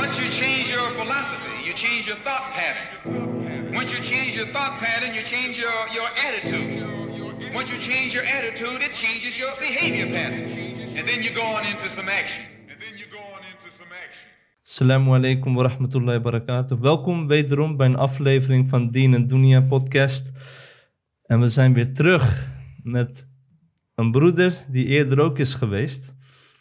Once you change your philosophy, you change your thought pattern. Once you change your thought pattern, you change your attitude. Once you change your attitude, it changes your behavior pattern. And then you go on into some action. Assalamu alaikum wa rahmatullahi wa barakatuh. Welkom wederom bij een aflevering van Deen en Dunia podcast. En we zijn weer terug met een broeder die eerder ook is geweest.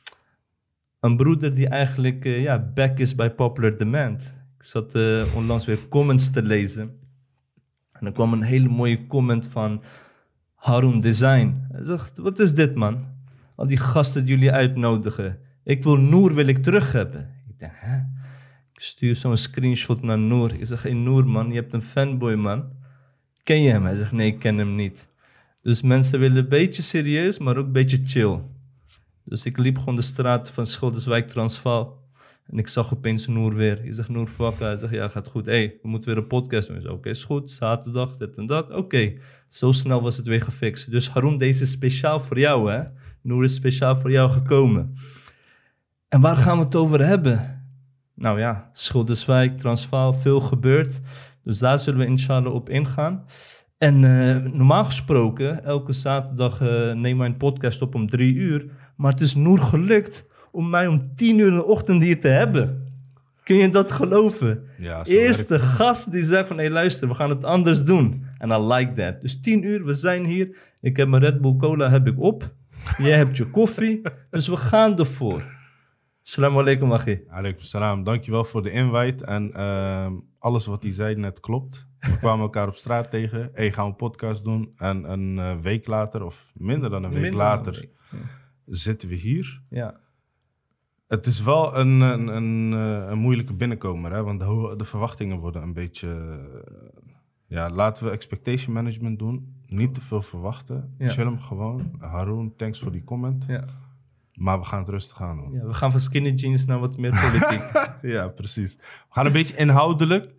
Een broeder die eigenlijk back is bij Popular Demand. Ik zat onlangs weer comments te lezen. En er kwam een hele mooie comment van Harun Design. Hij zegt, wat is dit man? Al die gasten die jullie uitnodigen. Noor wil ik terug hebben. Ik denk, hè? Ik stuur zo'n screenshot naar Noor. Ik zeg, hey Noor man, je hebt een fanboy man. Ken je hem? Hij zegt, nee, ik ken hem niet. Dus mensen willen een beetje serieus, maar ook een beetje chill. Dus ik liep gewoon de straat van Schilderswijk, Transvaal. En ik zag opeens Noor weer. Ik zeg, Noor, fuck. Hij zegt, ja, gaat goed. Hey, we moeten weer een podcast doen. Ik zeg, oké, is goed. Zaterdag, dit en dat. Oké. Zo snel was het weer gefixt. Dus Harun, deze is speciaal voor jou, hè? Noor is speciaal voor jou gekomen. En waar gaan we het over hebben? Nou ja, Schilderswijk, Transvaal, veel gebeurd. Dus daar zullen we inshallah op ingaan. En normaal gesproken, elke zaterdag nemen wij een podcast op om 3 uur. Maar het is Noor gelukt om mij om 10 uur in de ochtend hier te hebben. Kun je dat geloven? Ja, eerste gast die zegt van, hey luister, we gaan het anders doen. En I like that. Dus 10 uur, we zijn hier. Ik heb mijn Red Bull Cola heb ik op. Jij hebt je koffie. Dus we gaan ervoor. Assalamu alaikum, Achi. Alaikum salam. Dankjewel voor de invite. En alles wat hij zei net klopt. We kwamen elkaar op straat tegen. Hey, gaan we een podcast doen. En een week later, of minder dan een week later, zitten we hier. Ja. Het is wel een moeilijke binnenkomer. Hè? Want de verwachtingen worden een beetje... laten we expectation management doen. Niet te veel verwachten. Ja. Chill hem gewoon. Harun, thanks voor die comment. Ja. Maar we gaan het rustig aan doen. Ja, we gaan van skinny jeans naar wat meer politiek. Ja, precies. We gaan een beetje inhoudelijk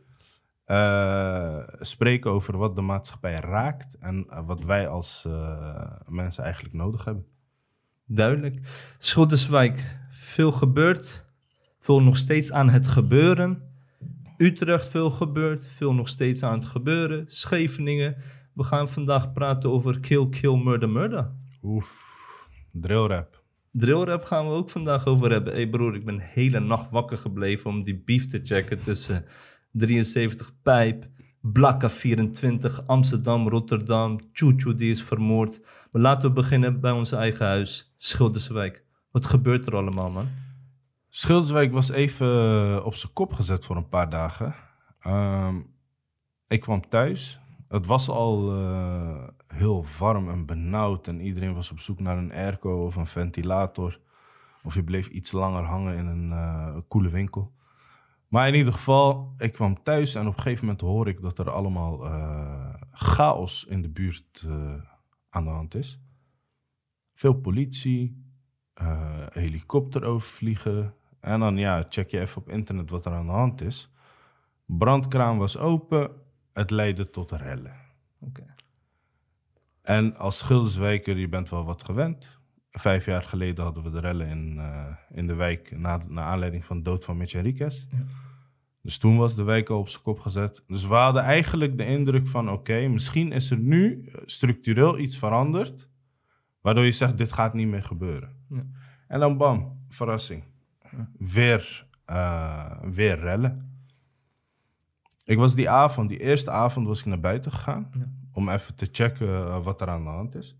spreken over wat de maatschappij raakt en wat wij als mensen eigenlijk nodig hebben. Duidelijk. Schilderswijk, veel gebeurd. Veel nog steeds aan het gebeuren. Utrecht, veel gebeurd. Veel nog steeds aan het gebeuren. Scheveningen. We gaan vandaag praten over kill, kill, murder, murder. Oef, drillrap. Drillrap gaan we ook vandaag over hebben. Hey broer, ik ben de hele nacht wakker gebleven om die beef te checken tussen 73 Pijp, Blakka 24, Amsterdam, Rotterdam, Tjoetjoe die is vermoord. Maar laten we beginnen bij ons eigen huis, Schilderswijk. Wat gebeurt er allemaal, man? Schilderswijk was even op zijn kop gezet voor een paar dagen. Ik kwam thuis. Het was al heel warm en benauwd en iedereen was op zoek naar een airco of een ventilator. Of je bleef iets langer hangen in een koele winkel. Maar in ieder geval, ik kwam thuis en op een gegeven moment hoor ik dat er allemaal chaos in de buurt aan de hand is. Veel politie, helikopter overvliegen en dan check je even op internet wat er aan de hand is. Brandkraan was open. Het leidde tot rellen. Okay. En als Schilderswijker, je bent wel wat gewend. 5 jaar geleden hadden we de rellen in de wijk na aanleiding van de dood van Mitch Henriquez. Ja. Dus toen was de wijk al op zijn kop gezet. Dus we hadden eigenlijk de indruk van oké, misschien is er nu structureel iets veranderd, waardoor je zegt dit gaat niet meer gebeuren. Ja. En dan bam, verrassing. Ja. Weer rellen. Ik was die eerste avond was ik naar buiten gegaan. Ja. Om even te checken wat er aan de hand is.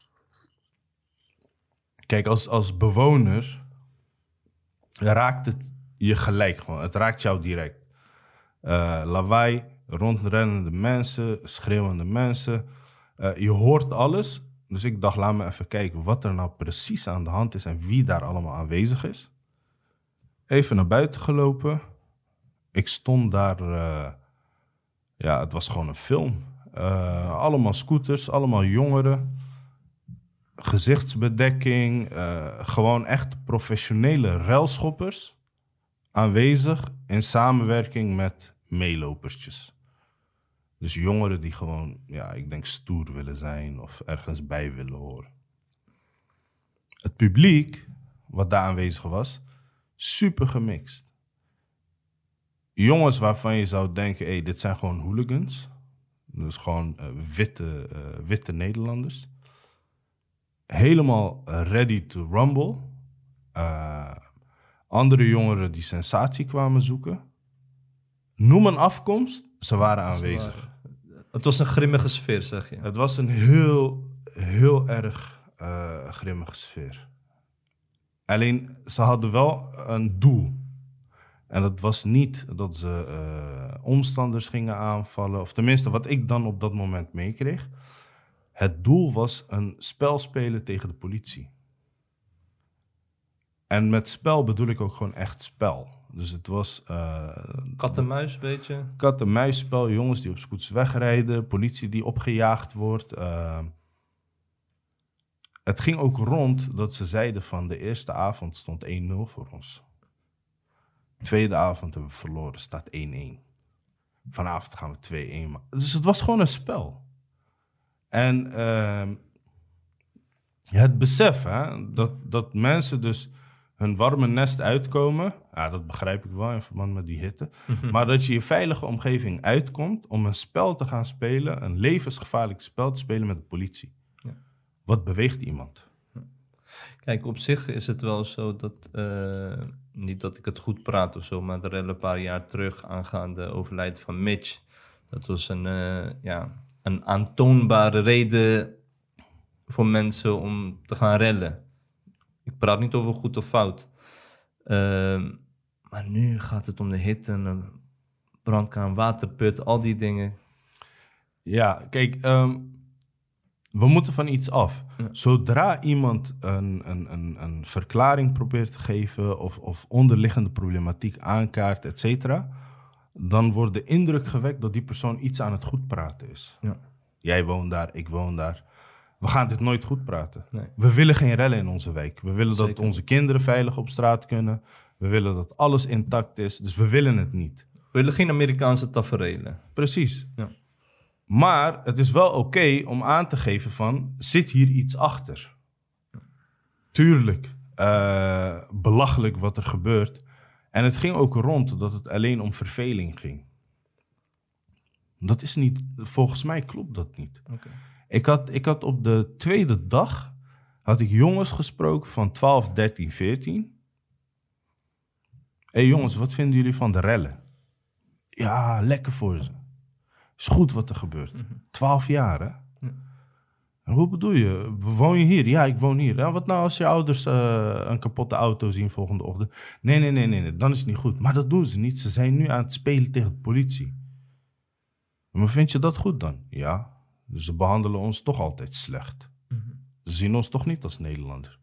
Kijk, als bewoner raakt het je gelijk gewoon. Het raakt jou direct. Lawaai, rondrennende mensen, schreeuwende mensen. Je hoort alles. Dus ik dacht, laat me even kijken wat er nou precies aan de hand is en wie daar allemaal aanwezig is. Even naar buiten gelopen. Ik stond daar, het was gewoon een film. Allemaal scooters, allemaal jongeren. Gezichtsbedekking, gewoon echt professionele railschoppers aanwezig in samenwerking met meelopertjes. Dus jongeren die gewoon, ik denk stoer willen zijn of ergens bij willen horen. Het publiek, wat daar aanwezig was, super gemixt. jongens waarvan je zou denken, hey, dit zijn gewoon hooligans. Dus gewoon witte Nederlanders. Helemaal ready to rumble. Andere jongeren die sensatie kwamen zoeken. Noem een afkomst, ze waren aanwezig. Het was een grimmige sfeer, zeg je. Het was een heel erg grimmige sfeer. Alleen, ze hadden wel een doel. En dat was niet dat ze omstanders gingen aanvallen. Of tenminste, wat ik dan op dat moment meekreeg. Het doel was een spel spelen tegen de politie. En met spel bedoel ik ook gewoon echt spel. Dus het was... Kat-en-muis, beetje. Kat-en-muisspel, jongens die op scooters wegrijden. Politie die opgejaagd wordt. Het ging ook rond dat ze zeiden van de eerste avond stond 1-0 voor ons. De tweede avond hebben we verloren, staat 1-1. Vanavond gaan we 2-1 maken. Dus het was gewoon een spel. En het besef hè, dat mensen dus hun warme nest uitkomen... Ja, dat begrijp ik wel in verband met die hitte. Maar dat je je veilige omgeving uitkomt om een spel te gaan spelen... een levensgevaarlijk spel te spelen met de politie. Ja. Wat beweegt iemand? Kijk, op zich is het wel zo dat... niet dat ik het goed praat of zo... maar de rellen een paar jaar terug aangaande overlijden van Mitch... dat was een aantoonbare reden voor mensen om te gaan rellen. Ik praat niet over goed of fout. Maar nu gaat het om de hitte, een brandkraan, waterput, al die dingen. Ja, kijk, we moeten van iets af. Ja. Zodra iemand een verklaring probeert te geven of onderliggende problematiek aankaart, et cetera, dan wordt de indruk gewekt dat die persoon iets aan het goed praten is. Ja. Jij woont daar, ik woon daar. We gaan dit nooit goed praten. Nee. We willen geen rellen in onze wijk. We willen dat onze kinderen veilig op straat kunnen. We willen dat alles intact is. Dus we willen het niet. We willen geen Amerikaanse taferelen. Precies. Ja. Maar het is wel oké om aan te geven van... zit hier iets achter? Tuurlijk. Belachelijk wat er gebeurt. En het ging ook rond dat het alleen om verveling ging. Dat is niet... Volgens mij klopt dat niet. Okay. Ik had op de tweede dag... had ik jongens gesproken van 12, 13, 14. Hé jongens, wat vinden jullie van de rellen? Ja, lekker voor ze. Is goed wat er gebeurt. 12 jaar, hè? En hoe bedoel je? Woon je hier? Ja, ik woon hier. Ja, wat nou als je ouders een kapotte auto zien volgende ochtend? Nee, dan is het niet goed. Maar dat doen ze niet. Ze zijn nu aan het spelen tegen de politie. Maar vind je dat goed dan? Ja. Dus ze behandelen ons toch altijd slecht. Ze zien ons toch niet als Nederlander.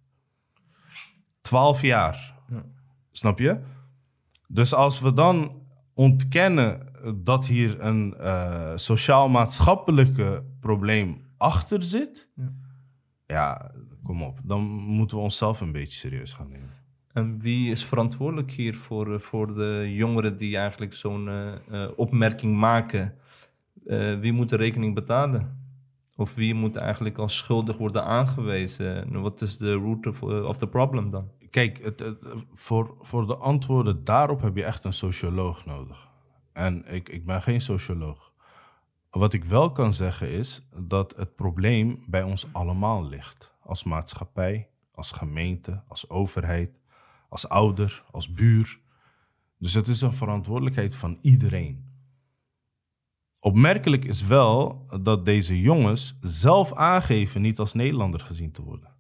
12 jaar. Ja. Snap je? Dus als we dan ontkennen dat hier een sociaal-maatschappelijke probleem achter zit... Ja, kom op. Dan moeten we onszelf een beetje serieus gaan nemen. En wie is verantwoordelijk hier voor de jongeren die eigenlijk zo'n opmerking maken? Wie moet de rekening betalen? Of wie moet eigenlijk als schuldig worden aangewezen? Wat is de root of the problem dan? Kijk, voor de antwoorden daarop heb je echt een socioloog nodig. En ik ben geen socioloog. Wat ik wel kan zeggen is dat het probleem bij ons allemaal ligt. Als maatschappij, als gemeente, als overheid, als ouder, als buur. Dus het is een verantwoordelijkheid van iedereen. Opmerkelijk is wel dat deze jongens zelf aangeven niet als Nederlander gezien te worden.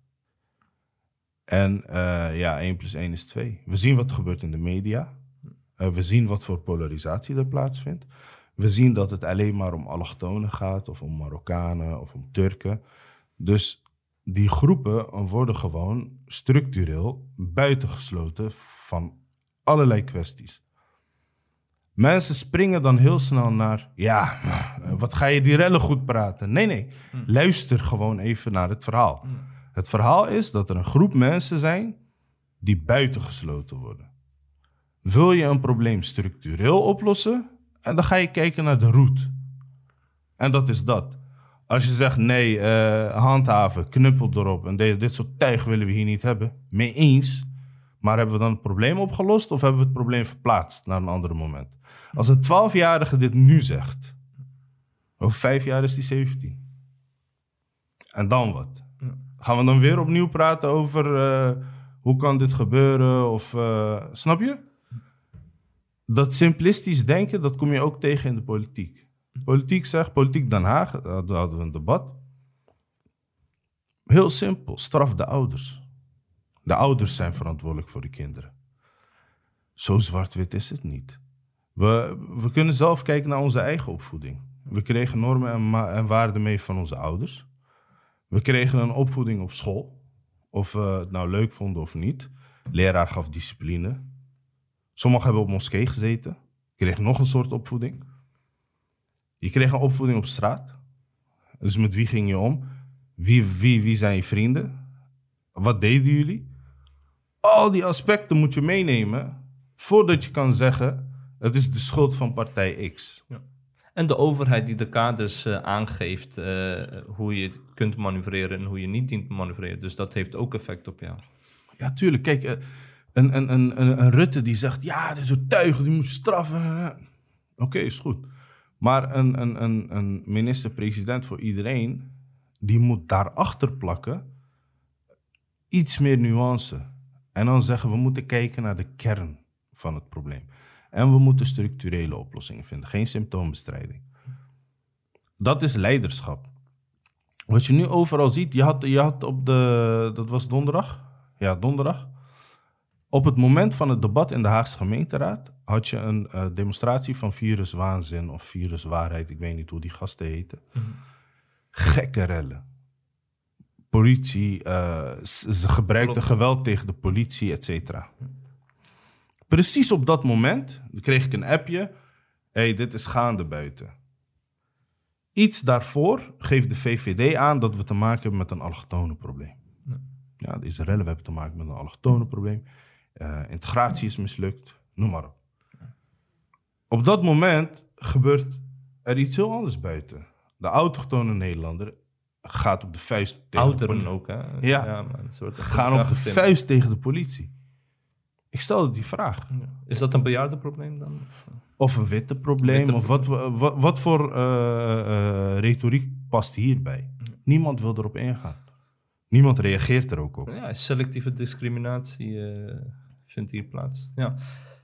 En 1 + 1 is 2. We zien wat er gebeurt in de media. We zien wat voor polarisatie er plaatsvindt. We zien dat het alleen maar om allochtonen gaat, of om Marokkanen, of om Turken. Dus die groepen worden gewoon structureel buitengesloten van allerlei kwesties. Mensen springen dan heel snel naar... Ja, wat ga je die rellen goed praten? Nee. Luister gewoon even naar het verhaal. Het verhaal is dat er een groep mensen zijn die buitengesloten worden. Wil je een probleem structureel oplossen? En dan ga je kijken naar de route. En dat is dat. Als je zegt, nee, handhaven, knuppel erop... en dit soort tuig willen we hier niet hebben. Mee eens. Maar hebben we dan het probleem opgelost of hebben we het probleem verplaatst naar een ander moment? Als een 12-jarige dit nu zegt, over 5 jaar is die 17. En dan wat? Gaan we dan weer opnieuw praten over hoe kan dit gebeuren? Of snap je? Dat simplistisch denken, dat kom je ook tegen in de politiek. Politiek Den Haag, daar hadden we een debat. Heel simpel, straf de ouders. De ouders zijn verantwoordelijk voor de kinderen. Zo zwart-wit is het niet. We kunnen zelf kijken naar onze eigen opvoeding. We kregen normen en waarden mee van onze ouders. We kregen een opvoeding op school. Of we het nou leuk vonden of niet. Leraar gaf discipline. Sommigen hebben op moskee gezeten. Je kreeg nog een soort opvoeding. Je kreeg een opvoeding op straat. Dus met wie ging je om? Wie zijn je vrienden? Wat deden jullie? Al die aspecten moet je meenemen voordat je kan zeggen, het is de schuld van partij X. Ja. En de overheid die de kaders aangeeft hoe je kunt manoeuvreren en hoe je niet dient te manoeuvreren. Dus dat heeft ook effect op jou. Ja, tuurlijk. Kijk, een Rutte die zegt, ja, dit soort tuigen, die moet je straffen. Oké, is goed. Maar een minister-president voor iedereen, die moet daarachter plakken iets meer nuance. En dan zeggen we moeten kijken naar de kern van het probleem. En we moeten structurele oplossingen vinden, geen symptoombestrijding. Dat is leiderschap. Wat je nu overal ziet, je had op dat was donderdag? Ja, donderdag. Op het moment van het debat in de Haagse gemeenteraad had je een demonstratie van viruswaanzin of viruswaarheid. Ik weet niet hoe die gasten heten. Mm-hmm. Gekke rellen. Politie, ze gebruikten geweld tegen de politie, et cetera. Precies op dat moment kreeg ik een appje. Hey, dit is gaande buiten. Iets daarvoor geeft de VVD aan dat we te maken hebben met een allochtonenprobleem. Ja, deze rellen, we hebben te maken met een allochtonenprobleem. Integratie is mislukt, noem maar op. Op dat moment gebeurt er iets heel anders buiten. De autochtone Nederlander gaat op de vuist tegen Ouderen de politie. ook, hè? Ja, maar een soort gaan op de vuist tegen de politie. Ik stelde die vraag. Ja. Is dat een bejaardenprobleem dan? Of een witte probleem? Of wat voor retoriek past hierbij? Niemand wil erop ingaan. Niemand reageert er ook op. Ja, selectieve discriminatie vindt hier plaats. Ja.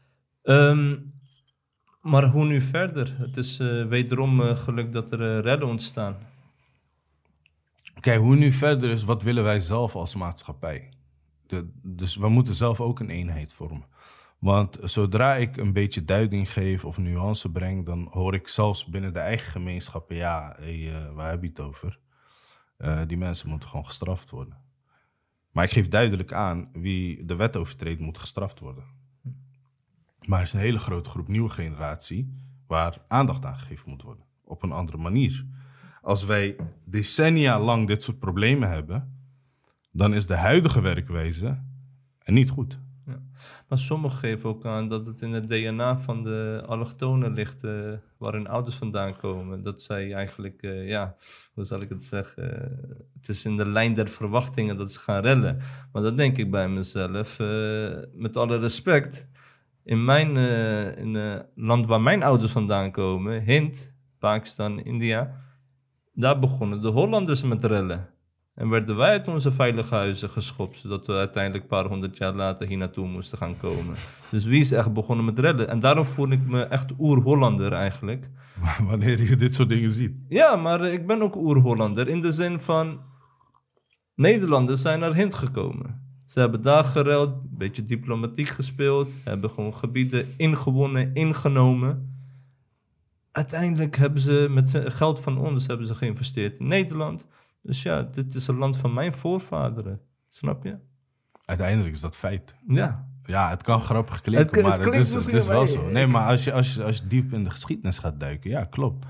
Maar hoe nu verder? Het is wederom geluk dat er rellen ontstaan. Kijk, hoe nu verder is, wat willen wij zelf als maatschappij? Dus we moeten zelf ook een eenheid vormen. Want zodra ik een beetje duiding geef of nuance breng, dan hoor ik zelfs binnen de eigen gemeenschappen, waar heb je het over? Die mensen moeten gewoon gestraft worden. Maar ik geef duidelijk aan, wie de wet overtreedt, moet gestraft worden. Maar er is een hele grote groep nieuwe generatie waar aandacht aan gegeven moet worden. Op een andere manier. Als wij decennia lang dit soort problemen hebben, dan is de huidige werkwijze niet goed. Ja. Maar sommigen geven ook aan dat het in het DNA van de allochtonen ligt, waar hun ouders vandaan komen. Dat zij eigenlijk, hoe zal ik het zeggen, het is in de lijn der verwachtingen dat ze gaan rellen. Maar dat denk ik bij mezelf, met alle respect, in mijn land waar mijn ouders vandaan komen, Hind, Pakistan, India, daar begonnen de Hollanders met rellen. En werden wij uit onze veilige huizen geschopt, zodat we uiteindelijk een paar 100 jaar later hier naartoe moesten gaan komen. Dus wie is echt begonnen met rellen? En daarom voel ik me echt oer-Hollander eigenlijk. Wanneer je dit soort dingen ziet. Ja, maar ik ben ook oer-Hollander in de zin van Nederlanders zijn naar Hind gekomen. Ze hebben daar gereld, een beetje diplomatiek gespeeld, hebben gewoon gebieden ingewonnen, ingenomen. Uiteindelijk hebben ze met geld van ons geïnvesteerd in Nederland. Dus ja, dit is een land van mijn voorvaderen. Snap je? Uiteindelijk is dat feit. Ja. Ja, het kan grappig klinken, maar het is wel zo. Nee, maar als je diep in de geschiedenis gaat duiken, ja, klopt.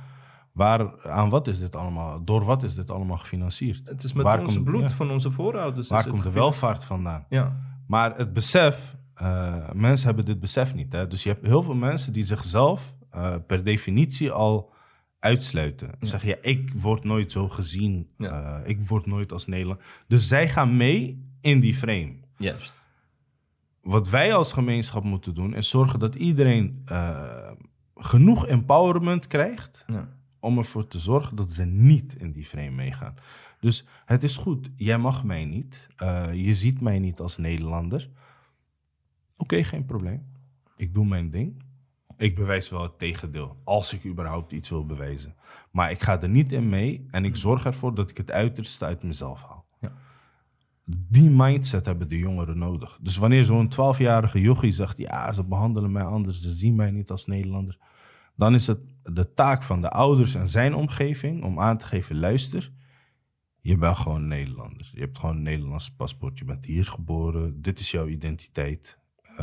Wat is dit allemaal? Door wat is dit allemaal gefinancierd? Het is met ons bloed van onze voorouders. Waar komt de welvaart vandaan? Ja. Maar het besef, mensen hebben dit besef niet. Hè? Dus je hebt heel veel mensen die zichzelf per definitie al uitsluiten. Ja. Zeggen, ja, ik word nooit zo gezien. Ja. Ik word nooit als Nederland. Dus zij gaan mee in die frame. Juist. wat wij als gemeenschap moeten doen, is zorgen dat iedereen genoeg empowerment krijgt om ervoor te zorgen dat ze niet in die frame meegaan. Dus het is goed, jij mag mij niet. Je ziet mij niet als Nederlander. Oké, geen probleem. Ik doe mijn ding. Ik bewijs wel het tegendeel, als ik überhaupt iets wil bewijzen. Maar ik ga er niet in mee en ik zorg ervoor dat ik het uiterste uit mezelf haal. Ja. Die mindset hebben de jongeren nodig. Dus wanneer zo'n 12-jarige jochie zegt, ja, ze behandelen mij anders, ze zien mij niet als Nederlander, dan is het de taak van de ouders en zijn omgeving om aan te geven, luister, je bent gewoon Nederlander. Je hebt gewoon een Nederlands paspoort, je bent hier geboren, dit is jouw identiteit.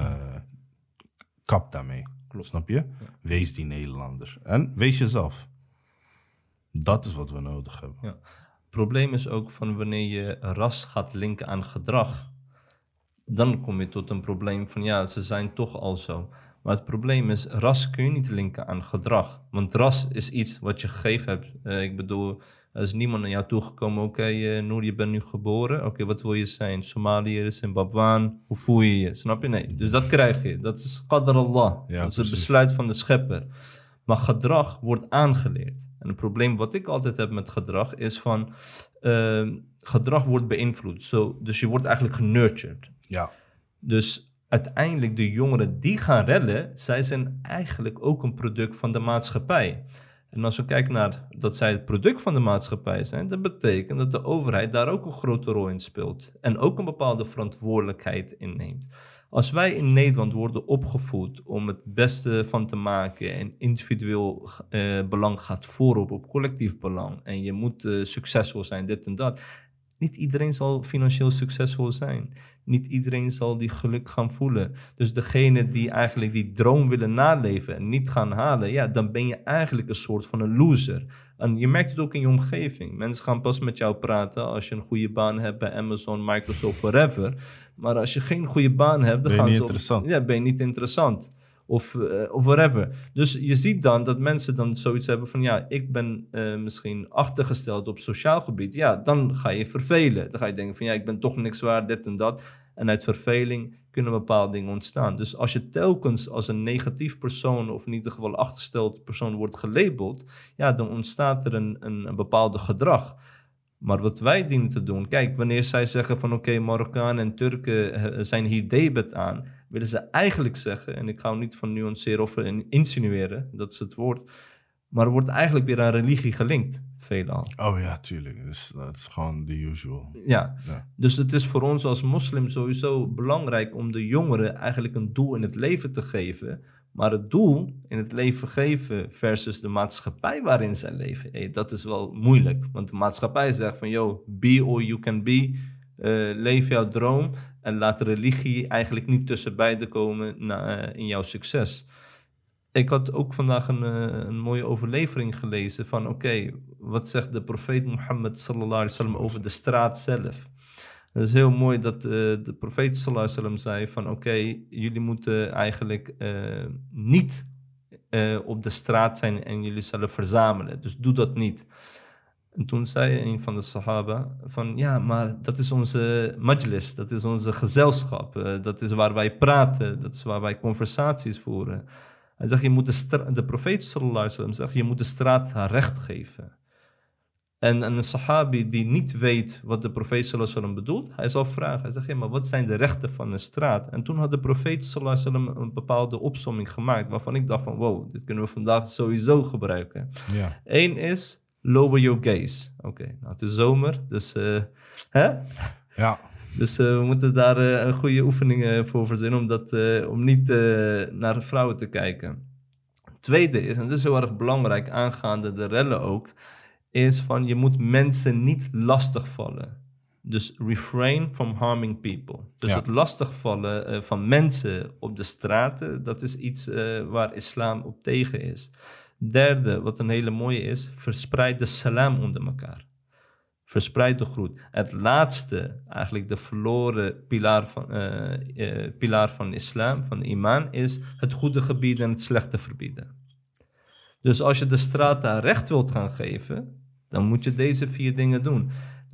Kap daarmee. Klopt. Snap je? Ja. Wees die Nederlander. En wees jezelf. Dat is wat we nodig hebben. Ja. Het probleem is ook van wanneer je ras gaat linken aan gedrag, dan kom je tot een probleem van ja, ze zijn toch al zo. Maar het probleem is, ras kun je niet linken aan gedrag. Want ras is iets wat je gegeven hebt. Ik bedoel, er is niemand naar jou toegekomen. Oké, Noor, je bent nu geboren. Oké, wat wil je zijn? Somaliër, Zimbabwean? Hoe voel je je? Snap je? Nee. Dus dat krijg je. Dat is qadar Allah. Ja, dat is het besluit van de schepper. Maar gedrag wordt aangeleerd. En het probleem wat ik altijd heb met gedrag is van gedrag wordt beïnvloed. Dus je wordt eigenlijk genurtured. Ja. Dus uiteindelijk de jongeren die gaan rellen, zij zijn eigenlijk ook een product van de maatschappij. En als we kijken naar dat zij het product van de maatschappij zijn, dat betekent dat de overheid daar ook een grote rol in speelt. En ook een bepaalde verantwoordelijkheid inneemt. Als wij in Nederland worden opgevoed om het beste van te maken en individueel belang gaat voorop op collectief belang en je moet succesvol zijn, dit en dat. Niet iedereen zal financieel succesvol zijn. Niet iedereen zal die geluk gaan voelen. Dus degene die eigenlijk die droom willen naleven en niet gaan halen, ja, dan ben je eigenlijk een soort van een loser. En je merkt het ook in je omgeving. Mensen gaan pas met jou praten als je een goede baan hebt bij Amazon, Microsoft, whatever. Maar als je geen goede baan hebt, dan gaan ze ben je niet interessant. Of whatever. Dus je ziet dan dat mensen dan zoiets hebben van ja, ik ben misschien achtergesteld op sociaal gebied. Ja, dan ga je vervelen. Dan ga je denken van ja, ik ben toch niks waard, dit en dat. En uit verveling kunnen bepaalde dingen ontstaan. Dus als je telkens als een negatief persoon of in ieder geval achtergesteld persoon wordt gelabeld, ja, dan ontstaat er een bepaalde gedrag. Maar wat wij dienen te doen, kijk, wanneer zij zeggen van oké, Marokkanen en Turken zijn hier debet aan, willen ze eigenlijk zeggen, en ik hou niet van nuanceren of insinueren, dat is het woord, maar er wordt eigenlijk weer aan religie gelinkt, veelal. Oh ja, tuurlijk. Dus dat is gewoon the usual. Ja, dus het is voor ons als moslim sowieso belangrijk om de jongeren eigenlijk een doel in het leven te geven. Maar het doel in het leven geven versus de maatschappij waarin zij leven, dat is wel moeilijk. Want de maatschappij zegt van, yo, be all you can be, leef jouw droom en laat de religie eigenlijk niet tussen beiden komen in jouw succes. Ik had ook vandaag een mooie overlevering gelezen van, oké, wat zegt de profeet Mohammed sallallahu alaihi wasallam over de straat zelf? Het is heel mooi dat de profeet sallallahu alaihi wasallam zei van oké, jullie moeten eigenlijk niet op de straat zijn en jullie zullen verzamelen. Dus doe dat niet. En toen zei een van de sahaba van ja, maar dat is onze majlis, dat is onze gezelschap. Dat is waar wij praten, dat is waar wij conversaties voeren. Hij zegt, de profeet sallallahu alaihi wasallam zegt, je moet de straat haar recht geven. En een sahabi die niet weet wat de profeet sallallahu alaihi wasallam bedoelt, hij zal vragen. Hij zegt, ja, maar wat zijn de rechten van een straat? En toen had de profeet sallallahu alaihi wasallam een bepaalde opsomming gemaakt, waarvan ik dacht van, wow, dit kunnen we vandaag sowieso gebruiken. Ja. Eén is, lower your gaze. Oké, nou het is zomer, dus Ja. Dus we moeten daar een goede oefening voor verzinnen om niet naar vrouwen te kijken. Tweede is, en dat is heel erg belangrijk aangaande de rellen ook, is van je moet mensen niet lastigvallen. Dus refrain from harming people. Dus het lastigvallen van mensen op de straten, dat is iets waar islam op tegen is. Derde, wat een hele mooie is, verspreid de salam onder elkaar. Verspreid de groet. Het laatste, eigenlijk de verloren pilaar van islam, van de iman, is het goede gebieden en het slechte verbieden. Dus als je de straat daar recht wilt gaan geven, dan moet je deze 4 dingen doen.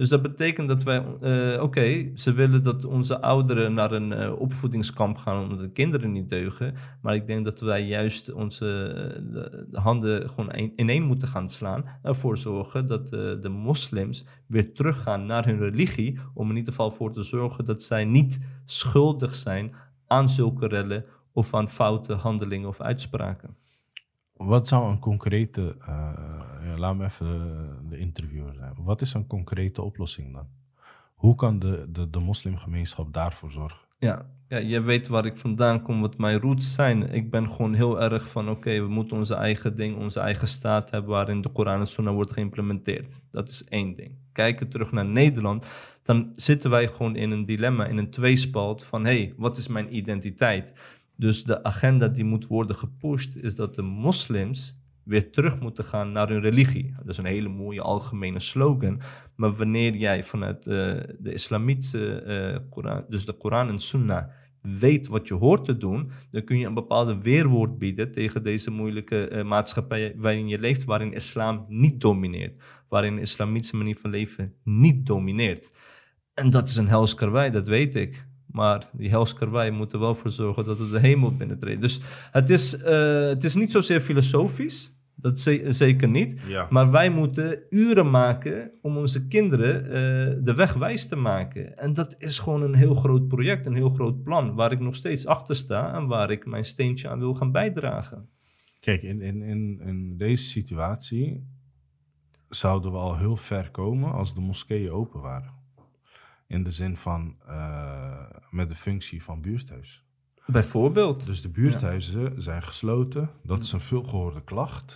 Dus dat betekent dat wij, ze willen dat onze ouderen naar een opvoedingskamp gaan omdat de kinderen niet deugen. Maar ik denk dat wij juist de handen gewoon ineen moeten gaan slaan. En ervoor zorgen dat de moslims weer teruggaan naar hun religie. Om in ieder geval voor te zorgen dat zij niet schuldig zijn aan zulke rellen of aan foute handelingen of uitspraken. Wat zou een concrete, laat me even de interviewer zijn. Wat is een concrete oplossing dan? Hoe kan de moslimgemeenschap daarvoor zorgen? Ja, je weet waar ik vandaan kom, wat mijn roots zijn. Ik ben gewoon heel erg van, we moeten onze eigen ding, onze eigen staat hebben waarin de Koran en Sunnah wordt geïmplementeerd. Dat is één ding. Kijken terug naar Nederland, dan zitten wij gewoon in een dilemma, in een tweespalt van, wat is mijn identiteit? Dus de agenda die moet worden gepusht is dat de moslims weer terug moeten gaan naar hun religie. Dat is een hele mooie algemene slogan. Maar wanneer jij vanuit de islamitische Koran, dus de Koran en Sunnah, weet wat je hoort te doen, dan kun je een bepaalde weerwoord bieden tegen deze moeilijke maatschappij waarin je leeft, waarin islam niet domineert. Waarin de islamitische manier van leven niet domineert. En dat is een hels karwei, dat weet ik. Maar die helskarwei moet er wel voor zorgen dat het de hemel binnentreedt. Dus het is niet zozeer filosofisch, dat zeker niet. Ja. Maar wij moeten uren maken om onze kinderen de weg wijs te maken. En dat is gewoon een heel groot project, een heel groot plan, waar ik nog steeds achter sta en waar ik mijn steentje aan wil gaan bijdragen. Kijk, in deze situatie zouden we al heel ver komen als de moskeeën open waren. In de zin van met de functie van buurthuis. Bijvoorbeeld. Dus de buurthuizen zijn gesloten. Dat is een veelgehoorde klacht.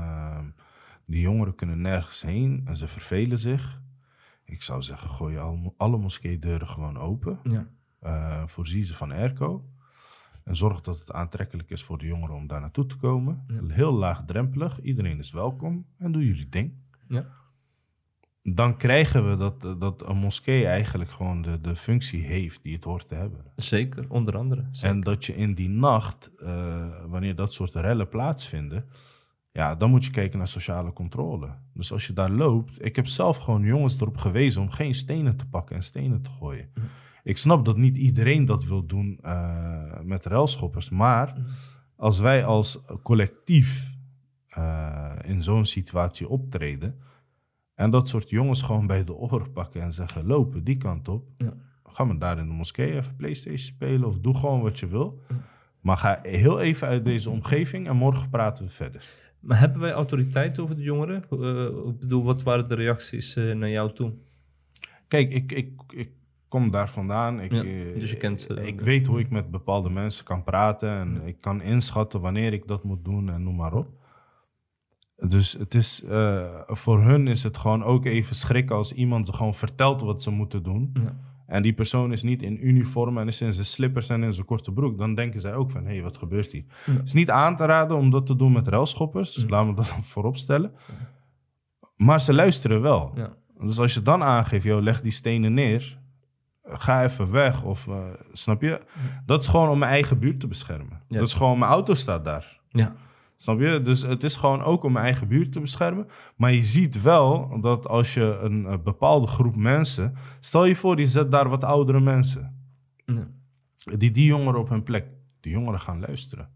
Die jongeren kunnen nergens heen en ze vervelen zich. Ik zou zeggen, gooi alle moskeedeuren gewoon open. Ja. Voorzie ze van airco. En zorg dat het aantrekkelijk is voor de jongeren om daar naartoe te komen. Ja. Heel laagdrempelig. Iedereen is welkom. En doe jullie ding. Ja. Dan krijgen we dat een moskee eigenlijk gewoon de functie heeft die het hoort te hebben. Zeker, onder andere. Zeker. En dat je in die nacht, wanneer dat soort rellen plaatsvinden, ja, dan moet je kijken naar sociale controle. Dus als je daar loopt, ik heb zelf gewoon jongens erop gewezen om geen stenen te pakken en stenen te gooien. Ik snap dat niet iedereen dat wil doen met relschoppers, maar als wij als collectief in zo'n situatie optreden en dat soort jongens gewoon bij de oren pakken en zeggen, lopen die kant op. Ja. Ga maar daar in de moskee even PlayStation spelen of doe gewoon wat je wil. Ja. Maar ga heel even uit deze omgeving en morgen praten we verder. Maar hebben wij autoriteit over de jongeren? Ik bedoel, wat waren de reacties naar jou toe? Kijk, ik kom daar vandaan. Dus je kent, ik weet hoe ik met bepaalde mensen kan praten en ik kan inschatten wanneer ik dat moet doen en noem maar op. Dus het is, voor hun is het gewoon ook even schrikken als iemand ze gewoon vertelt wat ze moeten doen. Ja. En die persoon is niet in uniform en is in zijn slippers en in zijn korte broek. Dan denken zij ook van, hé, wat gebeurt hier? Ja. Het is niet aan te raden om dat te doen met relschoppers. Ja. Laten we dat dan voorop stellen. Ja. Maar ze luisteren wel. Ja. Dus als je dan aangeeft, joh, leg die stenen neer. Ga even weg. Of, snap je? Ja. Dat is gewoon om mijn eigen buurt te beschermen. Ja. Dat is gewoon, mijn auto staat daar. Ja. Snap je? Dus het is gewoon ook om mijn eigen buurt te beschermen. Maar je ziet wel dat als je een bepaalde groep mensen... Stel je voor, die zet daar wat oudere mensen. Ja. Die jongeren op hun plek. Die jongeren gaan luisteren.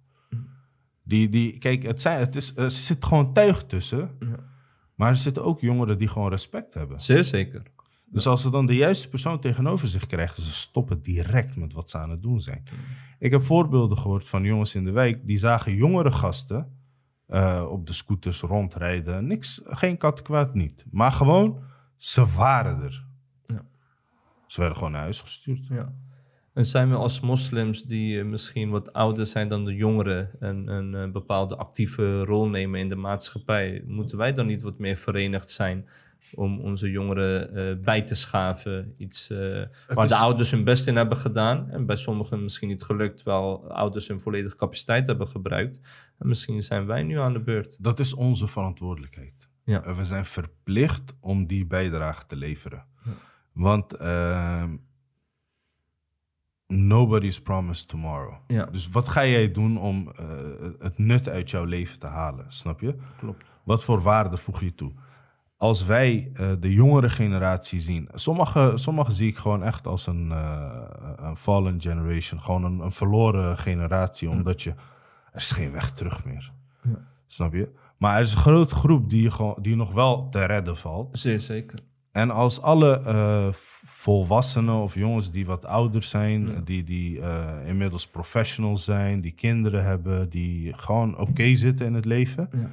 Kijk, er zit gewoon tuig tussen. Ja. Maar er zitten ook jongeren die gewoon respect hebben. Zeer zeker. Dus als ze dan de juiste persoon tegenover zich krijgen... ze stoppen direct met wat ze aan het doen zijn. Ja. Ik heb voorbeelden gehoord van jongens in de wijk... die zagen jongere gasten op de scooters rondrijden. Niks, geen kattenkwaad, niet. Maar gewoon, ze waren er. Ja. Ze werden gewoon naar huis gestuurd. Ja. En zijn we als moslims die misschien wat ouder zijn dan de jongeren... en een bepaalde actieve rol nemen in de maatschappij... moeten wij dan niet wat meer verenigd zijn... om onze jongeren bij te schaven. Iets waar de ouders hun best in hebben gedaan. En bij sommigen misschien niet gelukt... terwijl ouders hun volledige capaciteit hebben gebruikt. En misschien zijn wij nu aan de beurt. Dat is onze verantwoordelijkheid. Ja. We zijn verplicht om die bijdrage te leveren. Ja. Want nobody's promised tomorrow. Ja. Dus wat ga jij doen om het nut uit jouw leven te halen? Snap je? Klopt. Wat voor waarde voeg je toe? als wij de jongere generatie zien... Sommige zie ik gewoon echt als een fallen generation. Gewoon een verloren generatie. Omdat er is geen weg terug meer. Ja. Snap je? Maar er is een grote groep die nog wel te redden valt. Zeer zeker. En als alle volwassenen of jongens die wat ouder zijn... die inmiddels professionals zijn, die kinderen hebben... die gewoon oké zitten in het leven... Ja.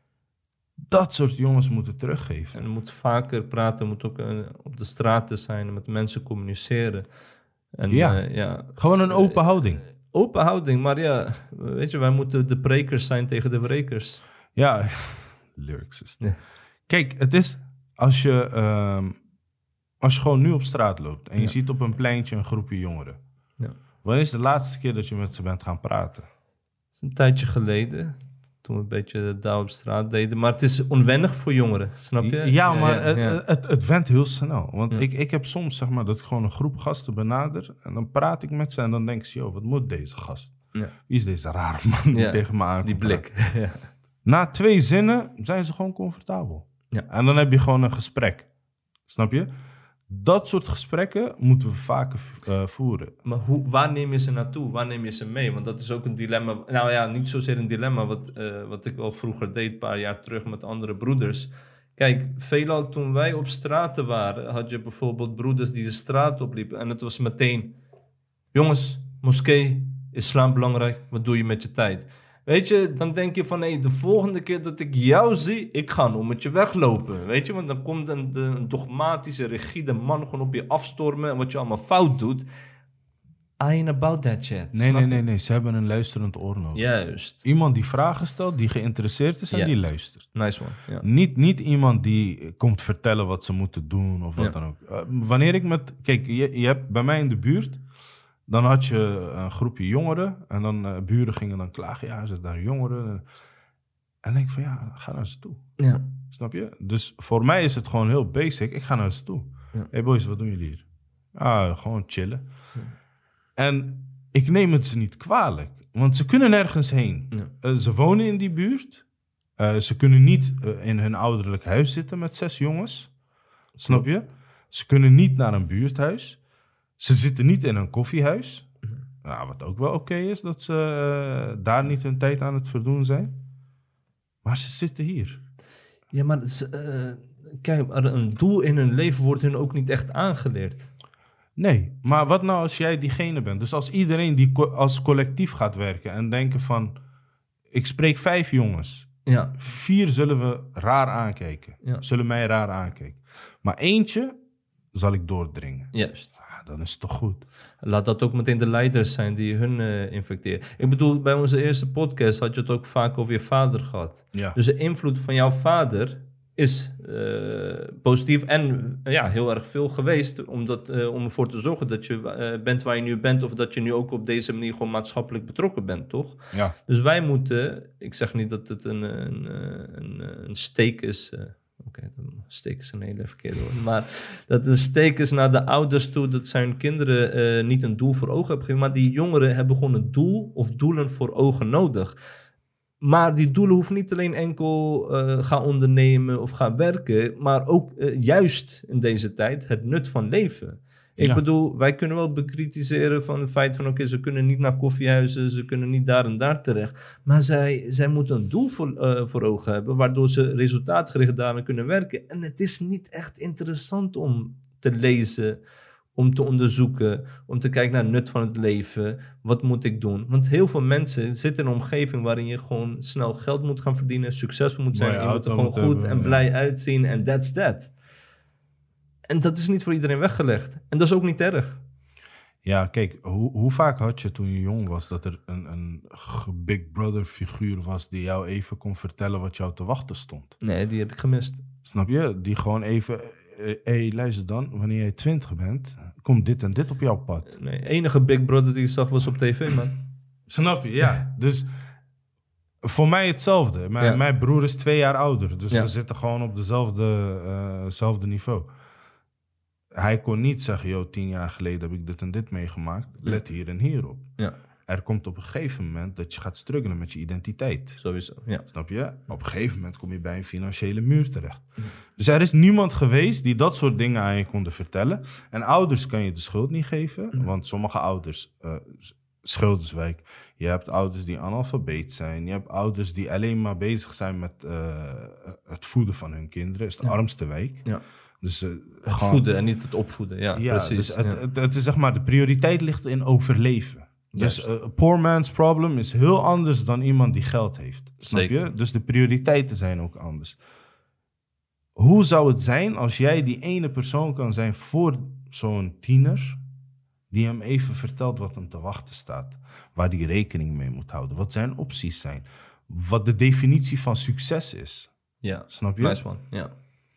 Dat soort jongens moeten teruggeven. En er moet vaker praten, moet ook op de straten zijn... met mensen communiceren. En, gewoon een open houding. Open houding, maar ja... Weet je, wij moeten de prekers zijn tegen de wrekers. Ja, lyricist. Ja. Kijk, het is... Als je gewoon nu op straat loopt en je ziet op een pleintje een groepje jongeren. Ja. Wanneer is de laatste keer dat je met ze bent gaan praten? Dat is een tijdje geleden, toen we een beetje daar op straat deden. Maar het is onwennig voor jongeren, snap je? Ja, maar het went heel snel. Want ik heb soms, zeg maar, dat ik gewoon een groep gasten benader. En dan praat ik met ze en dan denk ik, joh, wat moet deze gast? Ja. Wie is deze rare man die tegen me aankomt? Die blik. Ja. Na 2 zinnen zijn ze gewoon comfortabel. Ja. En dan heb je gewoon een gesprek. Snap je? Dat soort gesprekken moeten we vaker voeren. Maar waar neem je ze naartoe? Waar neem je ze mee? Want dat is ook een dilemma. Nou ja, niet zozeer een dilemma wat ik wel vroeger deed, een paar jaar terug met andere broeders. Kijk, veelal toen wij op straten waren, had je bijvoorbeeld broeders die de straat opliepen. En het was meteen, jongens, moskee, islam belangrijk, wat doe je met je tijd? Weet je, dan denk je van, de volgende keer dat ik jou zie, ik ga om met je weglopen. Weet je, want dan komt een dogmatische, rigide man gewoon op je afstormen en wat je allemaal fout doet. I ain't about that shit. Nee. Ze hebben een luisterend oor nodig. Juist. Iemand die vragen stelt, die geïnteresseerd is en die luistert. Nice one. Ja. Niet iemand die komt vertellen wat ze moeten doen of wat dan ook. Wanneer ik Kijk, je hebt bij mij in de buurt... Dan had je een groepje jongeren en dan buren gingen dan klagen. Ja, er zitten daar jongeren. En dan denk ik van, ga naar ze toe. Ja. Snap je? Dus voor mij is het gewoon heel basic. Ik ga naar ze toe. Ja. Hey boys, wat doen jullie hier? Gewoon chillen. Ja. En ik neem het ze niet kwalijk. Want ze kunnen nergens heen. Ja. Ze wonen in die buurt. Ze kunnen niet in hun ouderlijk huis zitten met 6 jongens. Snap je? Ze kunnen niet naar een buurthuis. Ze zitten niet in een koffiehuis. Nou, wat ook wel oké is, dat ze daar niet hun tijd aan het verdoen zijn. Maar ze zitten hier. Ja, maar kijk, een doel in hun leven wordt hun ook niet echt aangeleerd. Nee, maar wat nou als jij diegene bent? Dus als iedereen die als collectief gaat werken en denken van... Ik spreek 5 jongens. Ja. 4 zullen we raar aankijken. Ja. Zullen mij raar aankijken. Maar eentje zal ik doordringen. Juist. Dan is het toch goed. Laat dat ook meteen de leiders zijn die hun infecteren. Ik bedoel, bij onze eerste podcast had je het ook vaak over je vader gehad. Ja. Dus de invloed van jouw vader is positief en heel erg veel geweest om ervoor te zorgen dat je bent waar je nu bent of dat je nu ook op deze manier gewoon maatschappelijk betrokken bent, toch? Ja. Dus wij moeten, ik zeg niet dat het een steek is... Oké, steek is een hele verkeerde woord. Maar dat een steek is naar de ouders toe... dat zijn kinderen niet een doel voor ogen hebben gegeven... maar die jongeren hebben gewoon een doel of doelen voor ogen nodig. Maar die doelen hoeven niet alleen enkel gaan ondernemen of gaan werken... maar ook juist in deze tijd het nut van leven... Ik bedoel, wij kunnen wel bekritiseren van het feit van... oké, ze kunnen niet naar koffiehuizen, ze kunnen niet daar en daar terecht. Maar zij moeten een doel voor ogen hebben... waardoor ze resultaatgericht daarmee kunnen werken. En het is niet echt interessant om te lezen, om te onderzoeken... om te kijken naar het nut van het leven. Wat moet ik doen? Want heel veel mensen zitten in een omgeving... waarin je gewoon snel geld moet gaan verdienen... succesvol moet zijn, je moet er gewoon goed en blij uitzien... en that's that. En dat is niet voor iedereen weggelegd. En dat is ook niet erg. Ja, kijk, hoe vaak had je toen je jong was... dat er een Big Brother figuur was... die jou even kon vertellen wat jou te wachten stond? Nee, die heb ik gemist. Snap je? Die gewoon even... luister dan, wanneer jij 20 bent... komt dit en dit op jouw pad. Nee, enige Big Brother die ik zag was op tv, man. Snap je? Ja. Dus voor mij hetzelfde. Mijn broer is 2 jaar ouder. Dus we zitten gewoon op dezelfde niveau. Hij kon niet zeggen, 10 jaar geleden heb ik dit en dit meegemaakt. Let hier en hier op. Ja. er komt op een gegeven moment dat je gaat struggelen met je identiteit. Sowieso, ja. Snap je? Op een gegeven moment kom je bij een financiële muur terecht. Dus er is niemand geweest die dat soort dingen aan je konden vertellen. En ouders kan je de schuld niet geven. Want sommige ouders, Schilderswijk, je hebt ouders die analfabeet zijn. Je hebt ouders die alleen maar bezig zijn met het voeden van hun kinderen. Het is de armste wijk. Ja. Dus, Het voeden en niet het opvoeden. Ja, precies. Dus het is zeg maar, de prioriteit ligt in overleven. Dus poor man's problem is heel anders dan iemand die geld heeft. Snap Zeker. je? Dus de prioriteiten zijn ook anders. Hoe zou het zijn als jij die ene persoon kan zijn voor zo'n tiener, die hem even vertelt wat hem te wachten staat, waar hij rekening mee moet houden, wat zijn opties zijn, wat de definitie van succes is. Ja, snap je? Nice man, ja.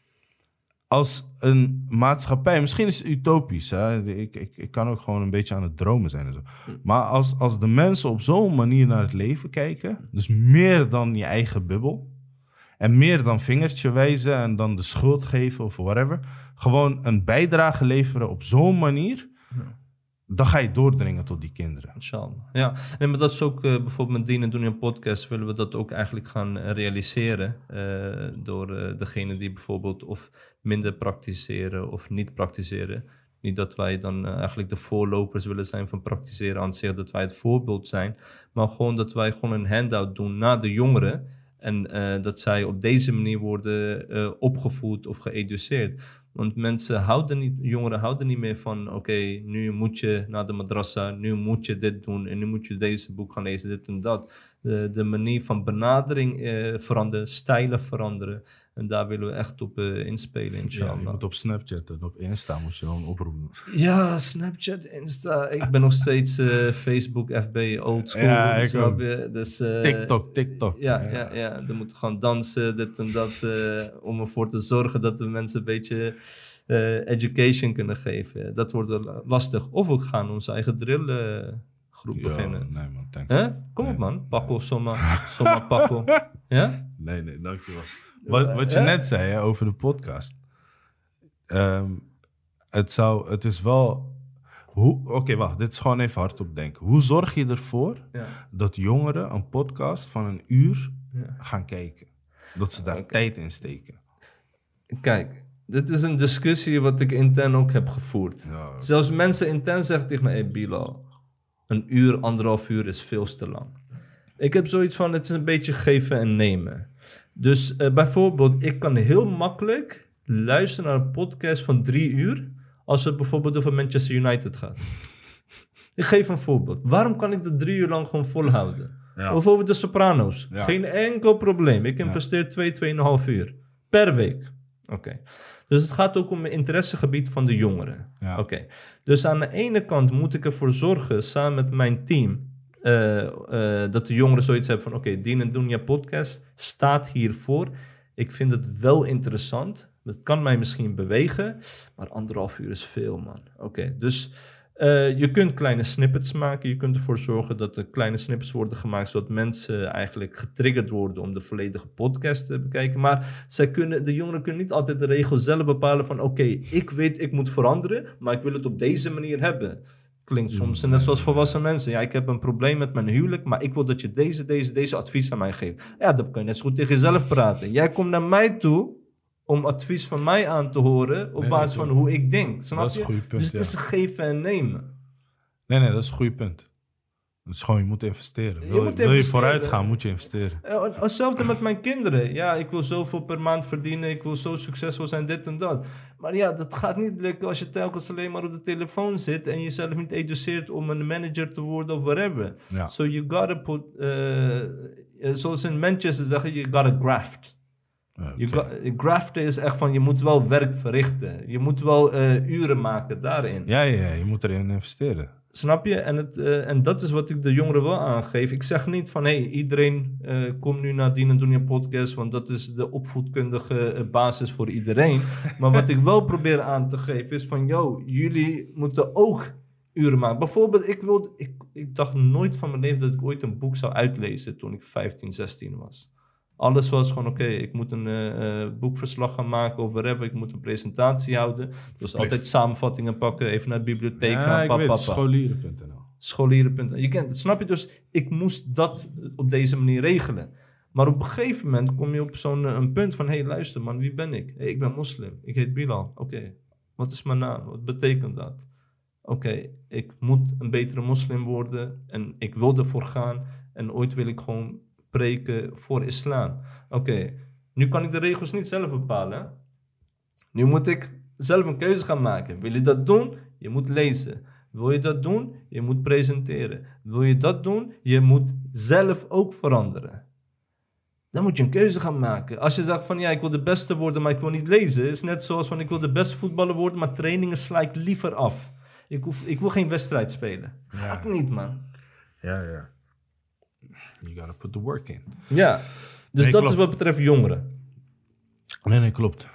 Als een maatschappij, misschien is het utopisch, hè? Ik kan ook gewoon een beetje aan het dromen zijn en zo. Maar als de mensen op zo'n manier naar het leven kijken, dus meer dan je eigen bubbel, en meer dan vingertje wijzen en dan de schuld geven of whatever, gewoon een bijdrage leveren op zo'n manier, dan ga je doordringen tot die kinderen. Inshallah. Ja, nee, maar dat is ook bijvoorbeeld met Dien en Doen een podcast willen we dat ook eigenlijk gaan realiseren door degene die bijvoorbeeld of minder praktiseren of niet praktiseren. Niet dat wij dan eigenlijk de voorlopers willen zijn van praktiseren aan zich, dat wij het voorbeeld zijn, maar gewoon dat wij gewoon een handout doen naar de jongeren en dat zij op deze manier worden opgevoed of geëduceerd. Want jongeren houden niet meer van, oké, nu moet je naar de madrassa, nu moet je dit doen en nu moet je deze boek gaan lezen, dit en dat. De manier van benadering veranderen, stijlen veranderen. En daar willen we echt op inspelen, inshallah. Ja, je moet op Snapchat en op Insta moet je dan oproepen. Ja, Snapchat, Insta. Ik ben nog steeds Facebook, FB, old school. Ja, ik ook. Dus, TikTok. Ja. Er moet gaan dansen, dit en dat. Om ervoor te zorgen dat de mensen een beetje education kunnen geven. Dat wordt wel lastig. Of we gaan onze eigen drillgroep beginnen. Nee man, thanks. Kom op man, Paco, Soma Paco. Ja? Nee, dankjewel. Wat je net zei hè, over de podcast. Het is wel... Oké, wacht. Dit is gewoon even hardop denken. Hoe zorg je ervoor dat jongeren een podcast van 1 uur gaan kijken? Dat ze daar tijd in steken? Kijk, dit is een discussie wat ik intern ook heb gevoerd. Ja. Zelfs mensen intern zeggen tegen me, hey Bilal, 1 uur, 1,5 uur is veel te lang. Ik heb zoiets van, het is een beetje geven en nemen. Dus bijvoorbeeld, ik kan heel makkelijk luisteren naar een podcast van 3 uur... als het bijvoorbeeld over Manchester United gaat. Ik geef een voorbeeld. Waarom kan ik dat 3 uur lang gewoon volhouden? Ja. Of over de Sopranos. Ja. Geen enkel probleem. Ik investeer 2,5 uur per week. Oké. Dus het gaat ook om mijn interessegebied van de jongeren. Ja. Oké. Dus aan de ene kant moet ik ervoor zorgen, samen met mijn team... dat de jongeren zoiets hebben van... Oké, Dien en Dunya podcast staat hiervoor. Ik vind het wel interessant. Het kan mij misschien bewegen. Maar 1,5 uur is veel, man. Oké, dus je kunt kleine snippets maken. Je kunt ervoor zorgen dat er kleine snippets worden gemaakt... zodat mensen eigenlijk getriggerd worden... om de volledige podcast te bekijken. Maar de jongeren kunnen niet altijd de regels zelf bepalen van... Oké, ik weet ik moet veranderen... maar ik wil het op deze manier hebben... Klinkt soms net zoals volwassen mensen. Ja, ik heb een probleem met mijn huwelijk... maar ik wil dat je deze advies aan mij geeft. Ja, dan kan je net zo goed tegen jezelf praten. Jij komt naar mij toe... om advies van mij aan te horen... op basis van hoe ik denk. Snap je? Dat is een goede punt, dus het is een geven en nemen. Nee, dat is een goede punt. Dat is gewoon, je moet investeren. Wil je vooruit gaan, moet je investeren. Hetzelfde met mijn kinderen. Ja, ik wil zoveel per maand verdienen. Ik wil zo succesvol zijn, dit en dat. Maar ja, dat gaat niet lukken als je telkens alleen maar op de telefoon zit... en jezelf niet educeert om een manager te worden of whatever. Ja. So you gotta put... zoals in Manchester zeggen, you gotta graft. Okay. Graften is echt van, je moet wel werk verrichten. Je moet wel uren maken daarin. Ja, je moet erin investeren. Snap je? En dat is wat ik de jongeren wel aangeef. Ik zeg niet van, iedereen komt nu naar Dien en Dunya podcast... want dat is de opvoedkundige basis voor iedereen. Maar wat ik wel probeer aan te geven is van... jullie moeten ook uren maken. Bijvoorbeeld, ik dacht nooit van mijn leven... dat ik ooit een boek zou uitlezen toen ik 15, 16 was. Alles was gewoon, oké, ik moet een boekverslag gaan maken of whatever. Ik moet een presentatie houden. Dus altijd samenvattingen pakken, even naar de bibliotheek gaan. Ik weet, scholieren.nl. scholieren. Je kent het, snap je? Dus ik moest dat op deze manier regelen. Maar op een gegeven moment kom je op een punt van... hey, luister man, wie ben ik? Hey, ik ben moslim. Ik heet Bilal. Oké, wat is mijn naam? Wat betekent dat? Oké, ik moet een betere moslim worden... en ik wil ervoor gaan... en ooit wil ik gewoon preken voor islam. Oké, nu kan ik de regels niet zelf bepalen. Hè? Nu moet ik zelf een keuze gaan maken. Wil je dat doen? Je moet lezen. Wil je dat doen? Je moet presenteren. Wil je dat doen? Je moet zelf ook veranderen. Dan moet je een keuze gaan maken. Als je zegt van ja, ik wil de beste worden, maar ik wil niet lezen. Is net zoals van ik wil de beste voetballer worden, maar trainingen sla ik liever af. Ik wil geen wedstrijd spelen. Ga ik niet, man. Ja. You gotta put the work in. Ja, dus nee, dat klopt. is wat betreft jongeren. Nee, klopt.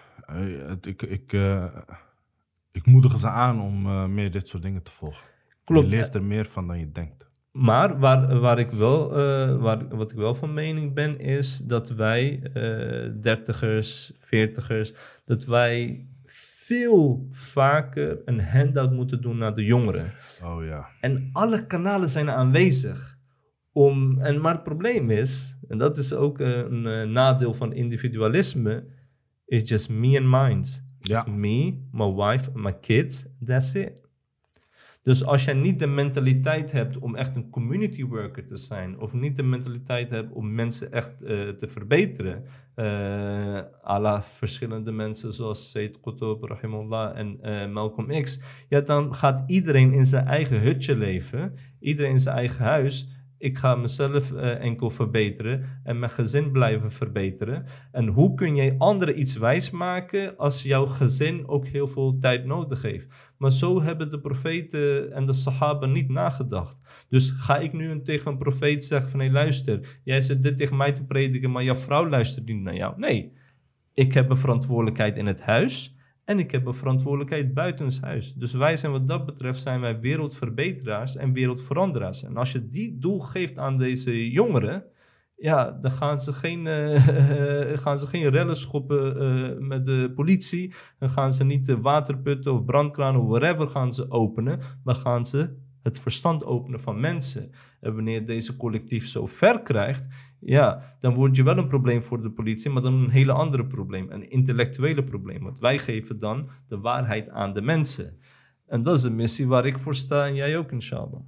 Ik moedig ze aan om meer dit soort dingen te volgen. Klopt. Je leert er meer van dan je denkt. Maar wat ik wel van mening ben, is dat wij, 30ers, 40ers, dat wij veel vaker een handout moeten doen naar de jongeren. Oh ja. En alle kanalen zijn aanwezig. Maar het probleem is, en dat is ook een nadeel van individualisme, is just me and mine. Ja. It's me, my wife, my kids, that's it. Dus als jij niet de mentaliteit hebt om echt een community worker te zijn, of niet de mentaliteit hebt om mensen echt te verbeteren, à la verschillende mensen zoals Sayyid Qutb, rahimahullah, en Malcolm X, ja, dan gaat iedereen in zijn eigen hutje leven, iedereen in zijn eigen huis. Ik ga mezelf enkel verbeteren en mijn gezin blijven verbeteren. En hoe kun jij anderen iets wijsmaken als jouw gezin ook heel veel tijd nodig heeft? Maar zo hebben de profeten en de sahaba niet nagedacht. Dus ga ik nu tegen een profeet zeggen van... Hé, luister, jij zit dit tegen mij te prediken, maar jouw vrouw luistert niet naar jou. Nee, ik heb een verantwoordelijkheid in het huis... En ik heb een verantwoordelijkheid buitenshuis. Dus wij zijn wat dat betreft zijn wij wereldverbeteraars en wereldveranderaars. En als je die doel geeft aan deze jongeren, ja, dan gaan ze geen rellen schoppen met de politie. Dan gaan ze niet de waterputten of brandkranen of whatever gaan ze openen. Maar gaan ze het verstand openen van mensen. En wanneer deze collectief zo ver krijgt, ja, dan word je wel een probleem voor de politie, maar dan een hele andere probleem, een intellectuele probleem. Want wij geven dan de waarheid aan de mensen. En dat is een missie waar ik voor sta en jij ook, inshallah.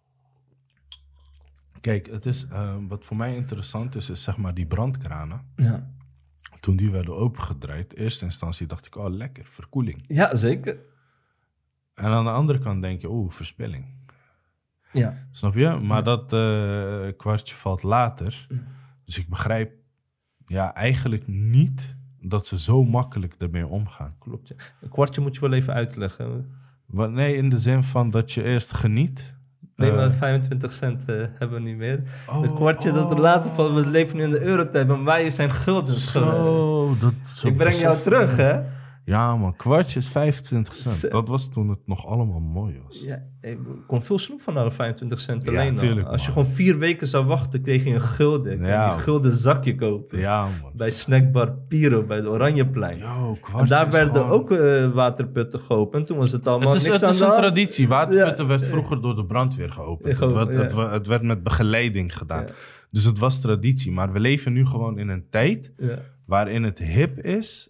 Kijk, het is, wat voor mij interessant is zeg maar die brandkranen. Ja. Toen die werden opengedraaid, in eerste instantie dacht ik, oh lekker, verkoeling. Ja, zeker. En aan de andere kant denk je, verspilling. Ja. Snap je? Maar dat kwartje valt later. Dus ik begrijp eigenlijk niet dat ze zo makkelijk ermee omgaan. Klopt, ja. Een kwartje moet je wel even uitleggen. Nee, in de zin van dat je eerst geniet. Nee, maar 25 cent hebben we niet meer. Een kwartje dat er later valt, we leven nu in de eurotijd, maar wij zijn guldens. Zo, ik breng jou terug, hè? Ja, man, kwartje is 25 cent. Dat was toen het nog allemaal mooi was. Ja, ik kon veel snoep van de 25 cent alleen. Ja, tuurlijk, als je gewoon 4 weken zou wachten, kreeg je een gulden. Ja, een gulden zakje kopen. Ja, man. Bij Snackbar Piro, bij de Oranjeplein. Yo, en daar werden ook waterputten geopend. Toen was het allemaal niks aan de hand. Het is een traditie. Waterputten werd vroeger door de brandweer geopend. Het werd met begeleiding gedaan. Ja. Dus het was traditie. Maar we leven nu gewoon in een tijd... Ja. Waarin het hip is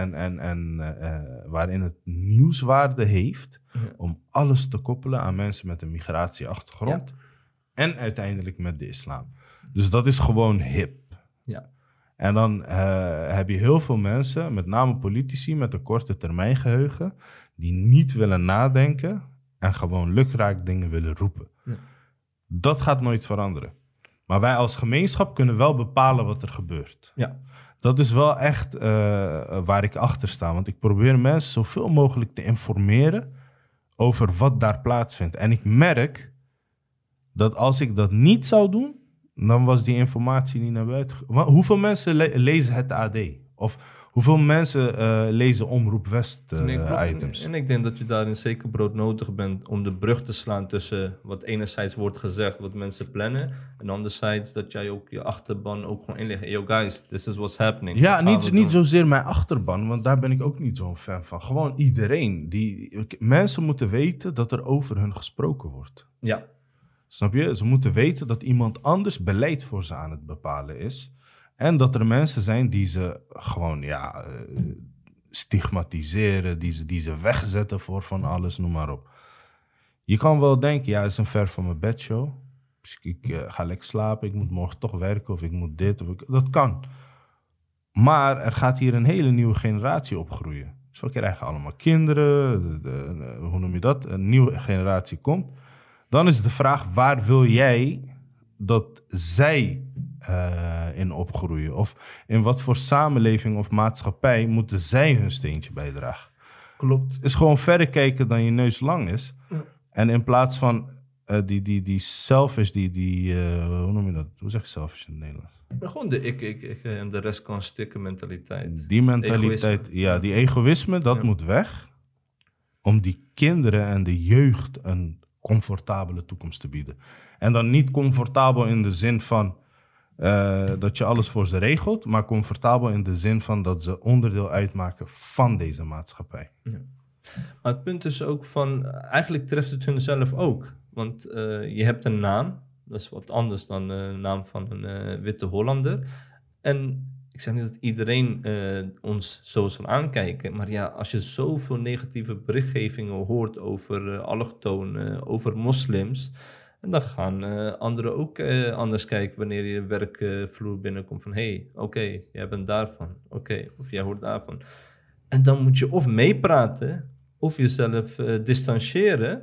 en waarin het nieuwswaarde heeft om alles te koppelen aan mensen met een migratieachtergrond en uiteindelijk met de islam. Dus dat is gewoon hip. Ja. En dan heb je heel veel mensen, met name politici met een korte termijn geheugen, die niet willen nadenken en gewoon lukraak dingen willen roepen. Ja. Dat gaat nooit veranderen. Maar wij als gemeenschap kunnen wel bepalen wat er gebeurt. Ja. Dat is wel echt waar ik achter sta. Want ik probeer mensen zoveel mogelijk te informeren over wat daar plaatsvindt. En ik merk dat als ik dat niet zou doen, dan was die informatie niet naar buiten. Hoeveel mensen lezen het AD? Of hoeveel mensen lezen Omroep West items? En ik denk dat je daarin zeker broodnodig bent om de brug te slaan tussen wat enerzijds wordt gezegd, wat mensen plannen, en anderzijds dat jij ook je achterban ook gewoon inlegt. Yo guys, this is what's happening. Ja, niet zozeer mijn achterban, want daar ben ik ook niet zo'n fan van. Gewoon iedereen. Mensen moeten weten dat er over hun gesproken wordt. Ja. Snap je? Ze moeten weten dat iemand anders beleid voor ze aan het bepalen is. En dat er mensen zijn die ze gewoon stigmatiseren, die ze wegzetten voor van alles, noem maar op. Je kan wel denken, het is een ver van mijn bedshow. Dus ik ga lekker slapen, ik moet morgen toch werken of ik moet dit. Dat kan. Maar er gaat hier een hele nieuwe generatie opgroeien. Dus we krijgen allemaal kinderen, hoe noem je dat? Een nieuwe generatie komt. Dan is de vraag, waar wil jij dat zij in opgroeien? Of in wat voor samenleving of maatschappij moeten zij hun steentje bijdragen? Klopt. Het is gewoon verder kijken dan je neus lang is. Ja. En in plaats van die selfish, hoe noem je dat? Hoe zeg je selfish in het Nederlands? Gewoon de ik en de rest kan stikken mentaliteit. Die mentaliteit, egoïsme. Die egoïsme, dat moet weg. Om die kinderen en de jeugd een comfortabele toekomst te bieden. En dan niet comfortabel in de zin van dat je alles voor ze regelt, maar comfortabel in de zin van dat ze onderdeel uitmaken van deze maatschappij. Ja. Maar het punt is ook van, eigenlijk treft het hun zelf ook. Want je hebt een naam, dat is wat anders dan de naam van een witte Hollander. En ik zeg niet dat iedereen ons zo zal aankijken, maar als je zoveel negatieve berichtgevingen hoort over allochtonen, over moslims, en dan gaan anderen ook anders kijken wanneer je werkvloer binnenkomt van oké, jij bent daarvan, of jij hoort daarvan. En dan moet je of meepraten, of jezelf distancieren,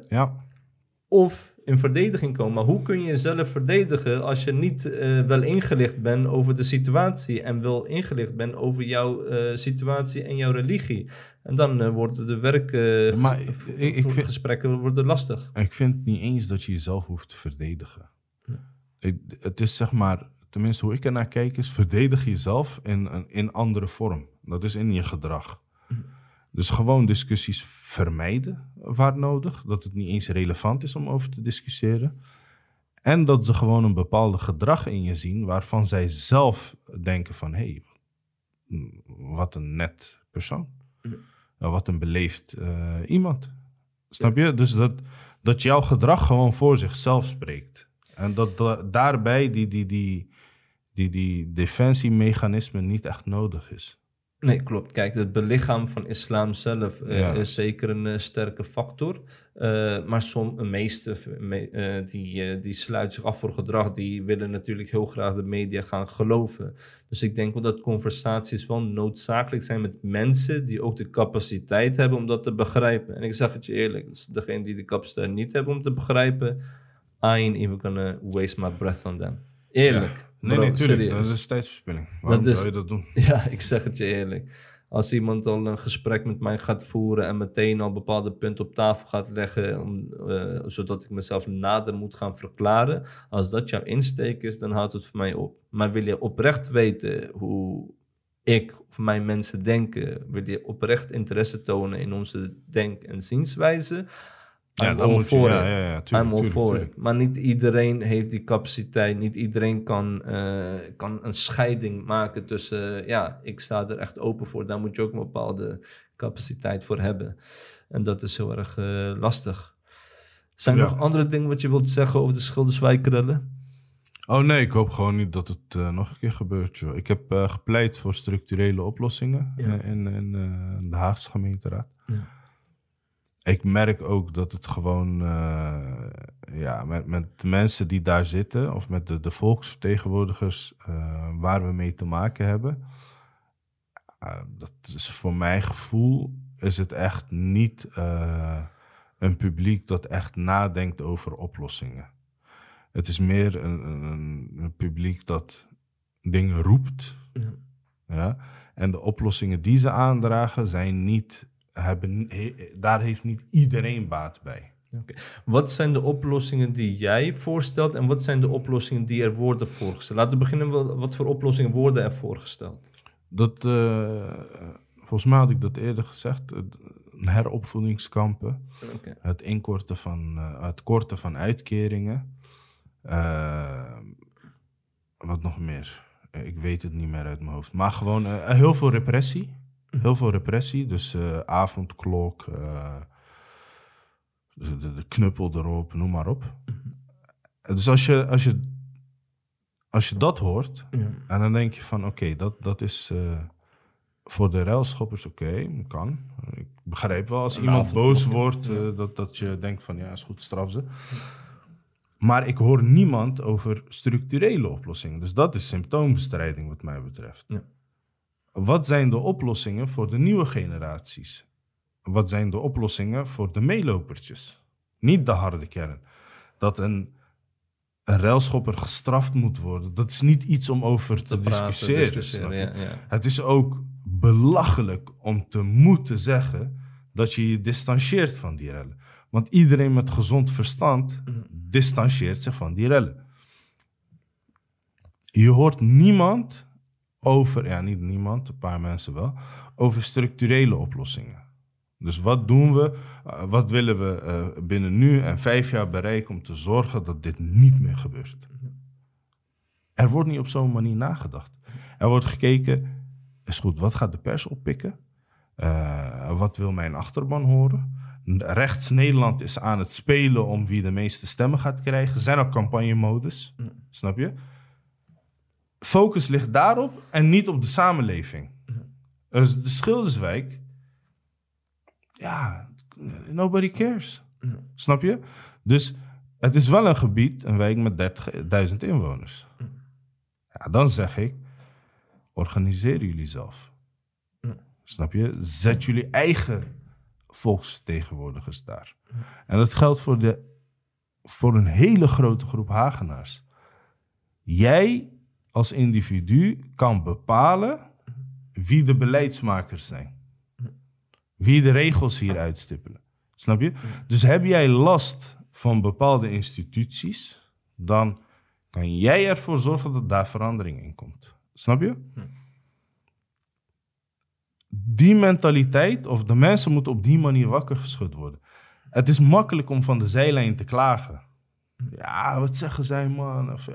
of in verdediging komen. Maar hoe kun je jezelf verdedigen als je niet wel ingelicht bent over de situatie en wel ingelicht bent over jouw situatie en jouw religie? En dan worden de werkgesprekken worden lastig. Ik vind niet eens dat je jezelf hoeft te verdedigen. Het is zeg maar, tenminste hoe ik ernaar kijk, is verdedig jezelf in andere vorm. Dat is in je gedrag. Dus gewoon discussies vermijden waar nodig. Dat het niet eens relevant is om over te discussiëren. En dat ze gewoon een bepaalde gedrag in je zien waarvan zij zelf denken van wat een net persoon. Wat een beleefd iemand. Snap je? Dus dat jouw gedrag gewoon voor zichzelf spreekt. En dat daarbij die defensiemechanisme niet echt nodig is. Nee, klopt. Kijk, het belichaam van islam zelf is zeker een sterke factor. Maar de meesten die sluiten zich af voor gedrag, die willen natuurlijk heel graag de media gaan geloven. Dus ik denk wel dat conversaties wel noodzakelijk zijn met mensen die ook de capaciteit hebben om dat te begrijpen. En ik zeg het je eerlijk, dus degene die de capaciteit niet hebben om te begrijpen, I ain't even gonna waste my breath on them. Eerlijk. Ja. Nee, natuurlijk. Dat is tijdsverspilling. Waarom zou je dat doen? Ja, ik zeg het je eerlijk. Als iemand al een gesprek met mij gaat voeren en meteen al bepaalde punten op tafel gaat leggen, zodat ik mezelf nader moet gaan verklaren, als dat jouw insteek is, dan houdt het voor mij op. Maar wil je oprecht weten hoe ik of mijn mensen denken, wil je oprecht interesse tonen in onze denk- en zienswijze, I'm all for it. I'm all for it. Maar niet iedereen heeft die capaciteit. Niet iedereen kan een scheiding maken tussen... ik sta er echt open voor. Daar moet je ook een bepaalde capaciteit voor hebben. En dat is heel erg lastig. Zijn er nog andere dingen wat je wilt zeggen over de Schilderswijkrellen? Oh nee, ik hoop gewoon niet dat het nog een keer gebeurt. Joh. Ik heb gepleit voor structurele oplossingen in de Haagse gemeenteraad. Ja. Ik merk ook dat het gewoon met de mensen die daar zitten, of met de volksvertegenwoordigers waar we mee te maken hebben, dat is voor mijn gevoel is het echt niet een publiek dat echt nadenkt over oplossingen. Het is meer een publiek dat dingen roept. Ja? En de oplossingen die ze aandragen zijn niet... daar heeft niet iedereen baat bij. Okay. Wat zijn de oplossingen die jij voorstelt en wat zijn de oplossingen die er worden voorgesteld? Laten we beginnen, wat voor oplossingen worden er voorgesteld? Volgens mij had ik dat eerder gezegd, heropvoedingskampen, het korten van uitkeringen, wat nog meer? Ik weet het niet meer uit mijn hoofd, maar gewoon heel veel repressie. Heel veel repressie, dus avondklok, de knuppel erop, noem maar op. Dus als je dat hoort, en dan denk je van oké, dat is voor de ruilschoppers oké, kan. Ik begrijp wel als iemand boos wordt, dat je denkt van ja, is goed, straf ze. Maar ik hoor niemand over structurele oplossingen. Dus dat is symptoombestrijding wat mij betreft. Ja. Wat zijn de oplossingen voor de nieuwe generaties? Wat zijn de oplossingen voor de meelopertjes? Niet de harde kern. Dat een ruilschopper gestraft moet worden, dat is niet iets om over te discussiëren. Ja. Het is ook belachelijk om te moeten zeggen dat je je distancieert van die rellen. Want iedereen met gezond verstand distancieert zich van die rellen. Je hoort niemand over, niet niemand, een paar mensen wel, over structurele oplossingen. Dus wat doen we, wat willen we binnen nu en 5 jaar bereiken om te zorgen dat dit niet meer gebeurt? Er wordt niet op zo'n manier nagedacht. Er wordt gekeken, is goed, wat gaat de pers oppikken? Wat wil mijn achterban horen? Rechts Nederland is aan het spelen om wie de meeste stemmen gaat krijgen. Er zijn ook campagnemodus, snap je? Focus ligt daarop en niet op de samenleving. Dus de Schilderswijk, ja, nobody cares. Snap je? Dus het is wel een gebied, een wijk met 30.000 inwoners. Ja, dan zeg ik, organiseer jullie zelf. Snap je? Zet jullie eigen volksvertegenwoordigers daar. En dat geldt voor een hele grote groep Hagenaars. Jij als individu kan bepalen wie de beleidsmakers zijn. Wie de regels hier uitstippelen. Snap je? Dus heb jij last van bepaalde instituties, dan kan jij ervoor zorgen dat daar verandering in komt. Snap je? Die mentaliteit, of de mensen moeten op die manier wakker geschud worden. Het is makkelijk om van de zijlijn te klagen. Ja, wat zeggen zij, man? Of,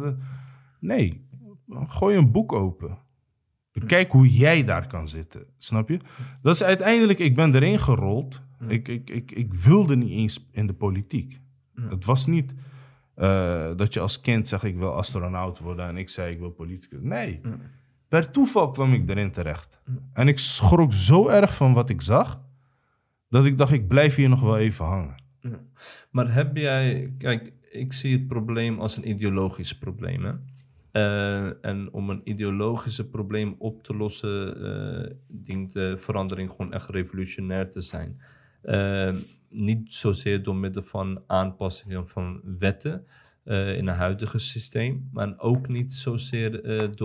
nee, gooi een boek open. Kijk hoe jij daar kan zitten, snap je? Dat is uiteindelijk, ik ben erin gerold. Ik wilde niet eens in de politiek. Het was niet dat je als kind zegt, ik wil astronaut worden en ik zei, ik wil politicus. Nee, per toeval kwam ik erin terecht. En ik schrok zo erg van wat ik zag, dat ik dacht, ik blijf hier nog wel even hangen. Maar heb jij, kijk, ik zie het probleem als een ideologisch probleem, hè? En om een ideologische probleem op te lossen, dient de verandering gewoon echt revolutionair te zijn. Niet zozeer door middel van aanpassingen van wetten in het huidige systeem, maar ook niet zozeer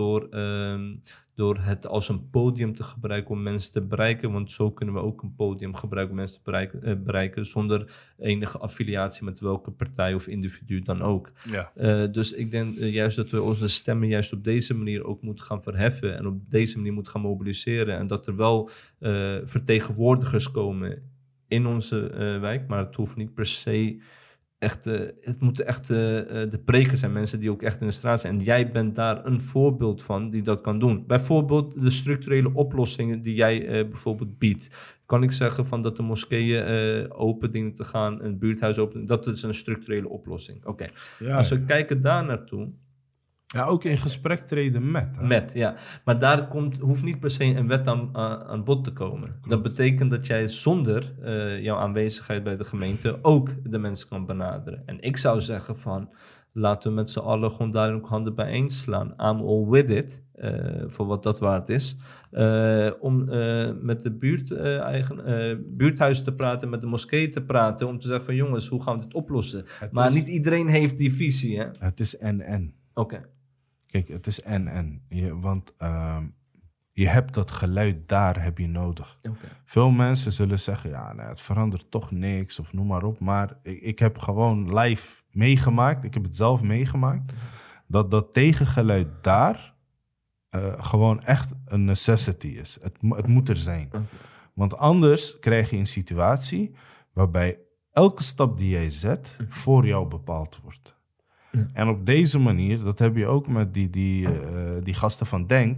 door het als een podium te gebruiken om mensen te bereiken, want zo kunnen we ook een podium gebruiken om mensen te bereiken zonder enige affiliatie met welke partij of individu dan ook. Ja. Dus ik denk juist dat we onze stemmen juist op deze manier ook moeten gaan verheffen en op deze manier moeten gaan mobiliseren en dat er wel vertegenwoordigers komen in onze wijk, maar het hoeft niet per se echt, het moeten echt de prekers zijn, mensen die ook echt in de straat zijn. En jij bent daar een voorbeeld van die dat kan doen. Bijvoorbeeld de structurele oplossingen die jij bijvoorbeeld biedt. Kan ik zeggen van dat de moskeeën open dienen te gaan, een buurthuis open, dat is een structurele oplossing. Oké. Ja, als we kijken daar naartoe. Ja, ook in gesprek treden met. Hè? Met, ja. Maar daar hoeft niet per se een wet aan bod te komen. Klopt. Dat betekent dat jij zonder jouw aanwezigheid bij de gemeente ook de mensen kan benaderen. En ik zou zeggen van, laten we met z'n allen gewoon daar ook handen bijeen slaan. I'm all with it, voor wat dat waard is. Om met de buurthuis te praten, met de moskee te praten, om te zeggen van jongens, hoe gaan we dit oplossen? Maar niet iedereen heeft die visie, hè? Het is en. Oké. Kijk, het is en. Want je hebt dat geluid daar heb je nodig. Okay. Veel mensen zullen zeggen, ja, nee, het verandert toch niks of noem maar op. Maar ik heb gewoon live meegemaakt, ik heb het zelf meegemaakt, dat tegengeluid daar gewoon echt een necessity is. Het moet er zijn. Okay. Want anders krijg je een situatie waarbij elke stap die jij zet voor jou bepaald wordt. Ja. En op deze manier, dat heb je ook met die gasten van Denk.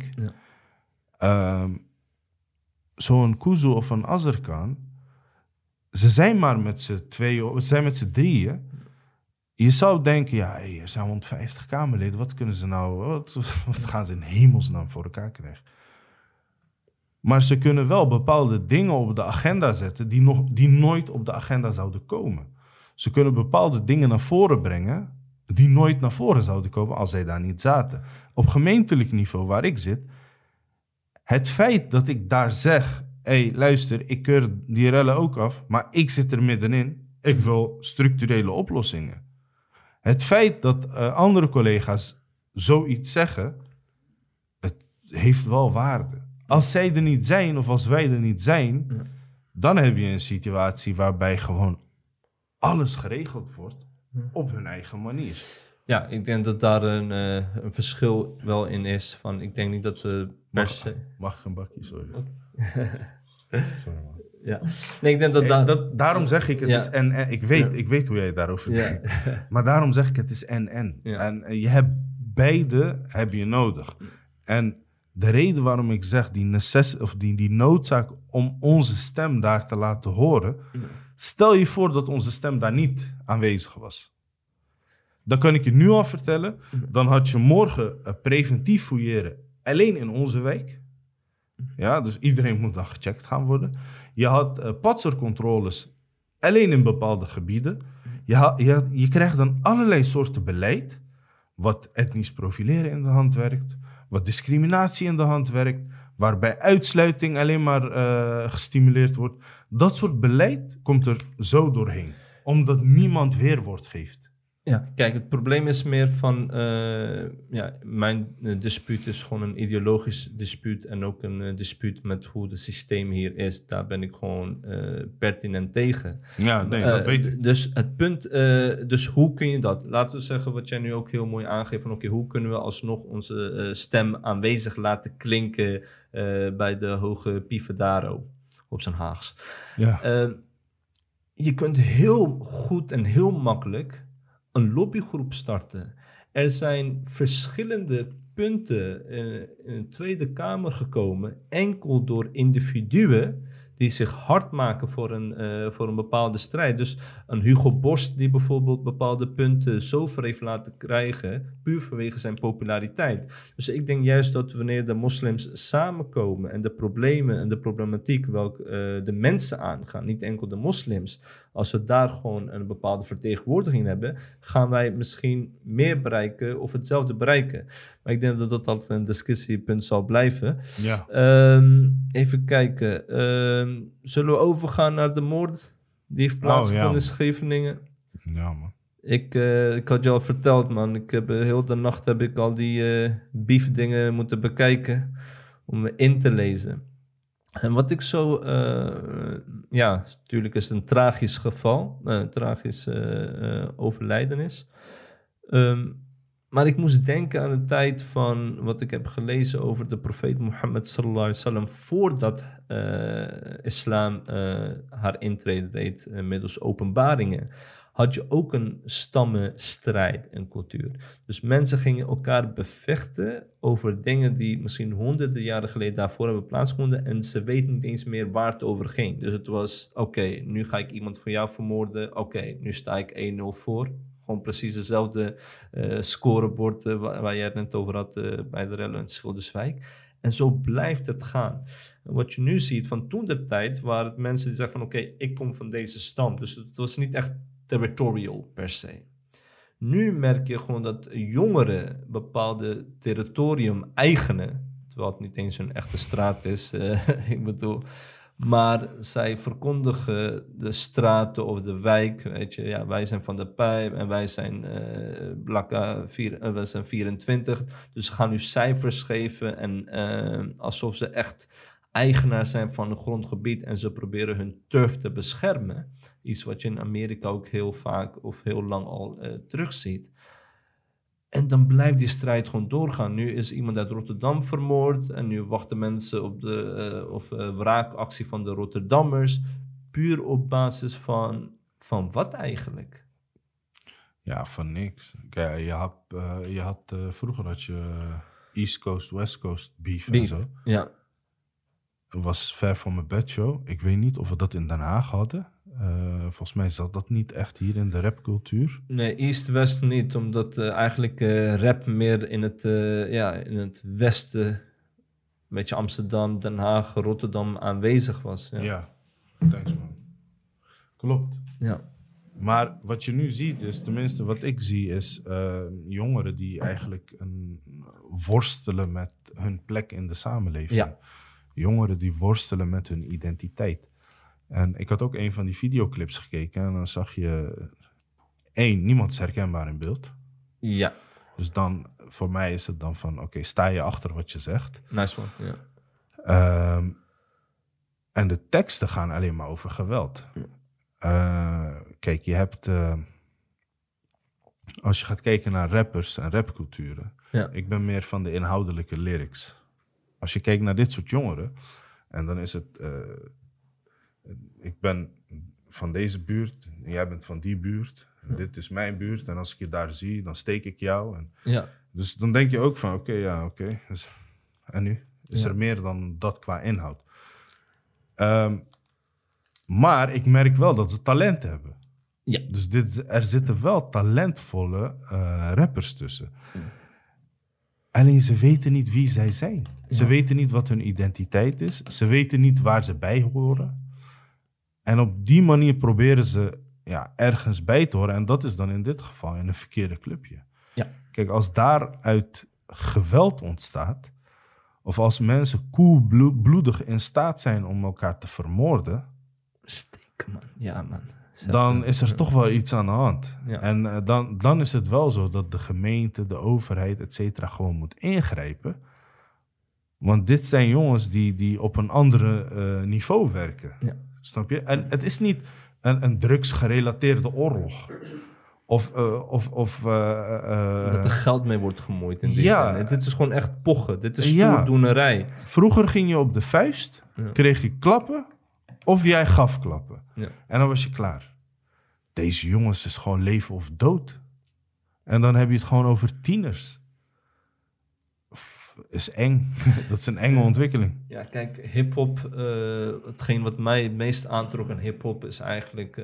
Ja. Zo'n Kuzu of een Azarkan, ze zijn maar met z'n tweeën, ze zijn met z'n drieën. Je zou denken, ja, er zijn 150 Kamerleden. Wat kunnen ze nou... Wat gaan ze in hemelsnaam voor elkaar krijgen? Maar ze kunnen wel bepaalde dingen op de agenda zetten... die nooit op de agenda zouden komen. Ze kunnen bepaalde dingen naar voren brengen... die nooit naar voren zouden komen als zij daar niet zaten. Op gemeentelijk niveau waar ik zit... het feit dat ik daar zeg... luister, ik keur die rellen ook af... maar ik zit er middenin. Ik wil structurele oplossingen. Het feit dat andere collega's zoiets zeggen... het heeft wel waarde. Als zij er niet zijn of als wij er niet zijn... dan heb je een situatie waarbij gewoon alles geregeld wordt... op hun eigen manier. Ja, ik denk dat daar een verschil wel in is. Van, ik denk niet dat we per se... Mag ik een bakje? Sorry. Sorry man. Ja. Nee, ik denk dat daarom zeg ik, het is en. Ik weet hoe jij daarover denkt. Maar daarom zeg ik, het is en. Ja. En je hebt beide heb je nodig. En de reden waarom ik zeg, die noodzaak om onze stem daar te laten horen... Stel je voor dat onze stem daar niet aanwezig was. Dan kan ik je nu al vertellen, dan had je morgen preventief fouilleren alleen in onze wijk. Ja, dus iedereen moet dan gecheckt gaan worden. Je had patsercontroles alleen in bepaalde gebieden. Je krijgt dan allerlei soorten beleid, wat etnisch profileren in de hand werkt, wat discriminatie in de hand werkt, waarbij uitsluiting alleen maar gestimuleerd wordt. Dat soort beleid komt er zo doorheen, omdat niemand weerwoord geeft. Ja, kijk, het probleem is meer van... mijn dispuut is gewoon een ideologisch dispuut... en ook een dispuut met hoe het systeem hier is. Daar ben ik gewoon pertinent tegen. Ja, nee, dat weet ik. Dus het punt... dus hoe kun je dat? Laten we zeggen wat jij nu ook heel mooi aangeeft... van oké, hoe kunnen we alsnog onze stem aanwezig laten klinken... bij de hoge Pivadaro op zijn Haags. Ja. Je kunt heel goed en heel makkelijk... een lobbygroep starten. Er zijn verschillende punten in de Tweede Kamer gekomen, enkel door individuen die zich hard maken voor een bepaalde strijd. Dus een Hugo Borst die bijvoorbeeld bepaalde punten zover heeft laten krijgen, puur vanwege zijn populariteit. Dus ik denk juist dat wanneer de moslims samenkomen en de problemen en de problematiek welke de mensen aangaan, niet enkel de moslims, als we daar gewoon een bepaalde vertegenwoordiging hebben, gaan wij misschien meer bereiken of hetzelfde bereiken. Maar ik denk dat dat altijd een discussiepunt zal blijven. Ja. Even kijken. Zullen we overgaan naar de moord die heeft plaatsgevonden in Scheveningen? Ja, man. Ik had je al verteld, man. Heel de nacht heb ik al die beefdingen moeten bekijken om me in te lezen. En wat ik zo... natuurlijk is het een tragisch geval. Een tragisch overlijdenis. Maar ik moest denken aan de tijd van wat ik heb gelezen over de profeet Mohammed sallallahu alaihi wasallam voordat islam haar intrede deed middels openbaringen. Had je ook een stammenstrijd en cultuur. Dus mensen gingen elkaar bevechten over dingen die misschien honderden jaren geleden daarvoor hebben plaatsgevonden en ze weten niet eens meer waar het over ging. Dus het was, oké, nu ga ik iemand van jou vermoorden. Oké, nu sta ik 1-0 voor. Gewoon precies dezelfde scorebord waar jij het net over had bij de rellen in Schilderswijk. En zo blijft het gaan. En wat je nu ziet van toen der tijd waren het mensen die zeggen van oké, ik kom van deze stam. Dus het was niet echt territorial per se. Nu merk je gewoon dat jongeren bepaalde territorium eigenen, terwijl het niet eens een echte straat is, ik bedoel, maar zij verkondigen de straten of de wijk, weet je, ja, wij zijn van de Pijp en wij zijn wij zijn 24, dus ze gaan nu cijfers geven en alsof ze echt eigenaar zijn van een grondgebied en ze proberen hun turf te beschermen. Iets wat je in Amerika ook heel vaak of heel lang al terugziet. En dan blijft die strijd gewoon doorgaan. Nu is iemand uit Rotterdam vermoord en nu wachten mensen op de wraakactie van de Rotterdammers. Puur op basis van wat eigenlijk? Ja, van niks. Kijk, vroeger had je East Coast, West Coast beef en zo. Ja. Het was ver van mijn bedshow. Ik weet niet of we dat in Den Haag hadden. Volgens mij zat dat niet echt hier in de rapcultuur. Nee, East-West niet, omdat eigenlijk rap meer in het westen, een beetje Amsterdam, Den Haag, Rotterdam aanwezig was. Ja, thanks man. Klopt. Ja. Maar wat je nu ziet is, tenminste wat ik zie, is jongeren die eigenlijk worstelen met hun plek in de samenleving. Ja. Jongeren die worstelen met hun identiteit. En ik had ook een van die videoclips gekeken en dan zag je... niemand is herkenbaar in beeld. Ja. Dus dan, voor mij is het dan van, oké, sta je achter wat je zegt? Nice one, ja. En de teksten gaan alleen maar over geweld. Kijk, je hebt... als je gaat kijken naar rappers en rapculturen... Ja. Ik ben meer van de inhoudelijke lyrics. Als je kijkt naar dit soort jongeren... En dan is het... ik ben van deze buurt, en jij bent van die buurt. En dit is mijn buurt. En als ik je daar zie, dan steek ik jou. Ja. Dus dan denk je ook van, oké. Dus, en nu? Is er meer dan dat qua inhoud? Maar ik merk wel dat ze talent hebben. Ja. Dus er zitten wel talentvolle rappers tussen. Alleen ze weten niet wie zij zijn. Ja. Ze weten niet wat hun identiteit is. Ze weten niet waar ze bij horen. En op die manier proberen ze ergens bij te horen. En dat is dan in dit geval in een verkeerde clubje. Ja. Kijk, als daaruit geweld ontstaat... of als mensen koelbloedig in staat zijn om elkaar te vermoorden... Steken, man. Ja, man. Dan is er toch wel iets aan de hand. Ja. En dan is het wel zo dat de gemeente, de overheid, et cetera, gewoon moet ingrijpen. Want dit zijn jongens die op een andere niveau werken. Ja. Snap je? En het is niet een drugsgerelateerde oorlog. Of dat er geld mee wordt gemoeid in die ja. zin. Dit is gewoon echt pochen. Dit is stoerdoenerij. Vroeger ging je op de vuist, kreeg je klappen... of jij gaf klappen. Ja. En dan was je klaar. Deze jongens is gewoon leven of dood. En dan heb je het gewoon over tieners. Is eng. Dat is een enge ontwikkeling. Ja, kijk, hiphop... hetgeen wat mij het meest aantrok aan hiphop... is eigenlijk...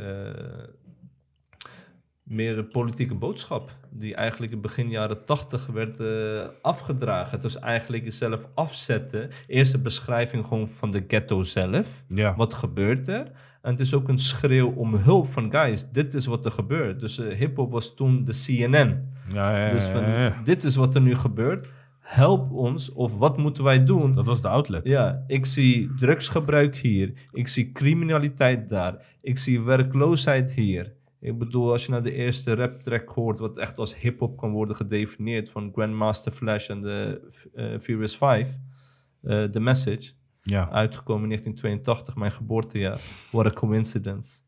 meer een politieke boodschap... die eigenlijk in begin jaren 80 werd afgedragen. Het was eigenlijk jezelf afzetten. Eerste beschrijving gewoon van de ghetto zelf. Ja. Wat gebeurt er? En het is ook een schreeuw om hulp van... guys, dit is wat er gebeurt. Dus hiphop was toen de CNN. Dus dit is wat er nu gebeurt. Help ons, of wat moeten wij doen? Dat was de outlet. Ja, ik zie drugsgebruik hier. Ik zie criminaliteit daar. Ik zie werkloosheid hier. Ik bedoel, als je naar de eerste raptrack hoort... wat echt als hiphop kan worden gedefinieerd... van Grandmaster Flash en de Furious 5... The Message... Ja. Uitgekomen in 1982, mijn geboortejaar. What a coincidence.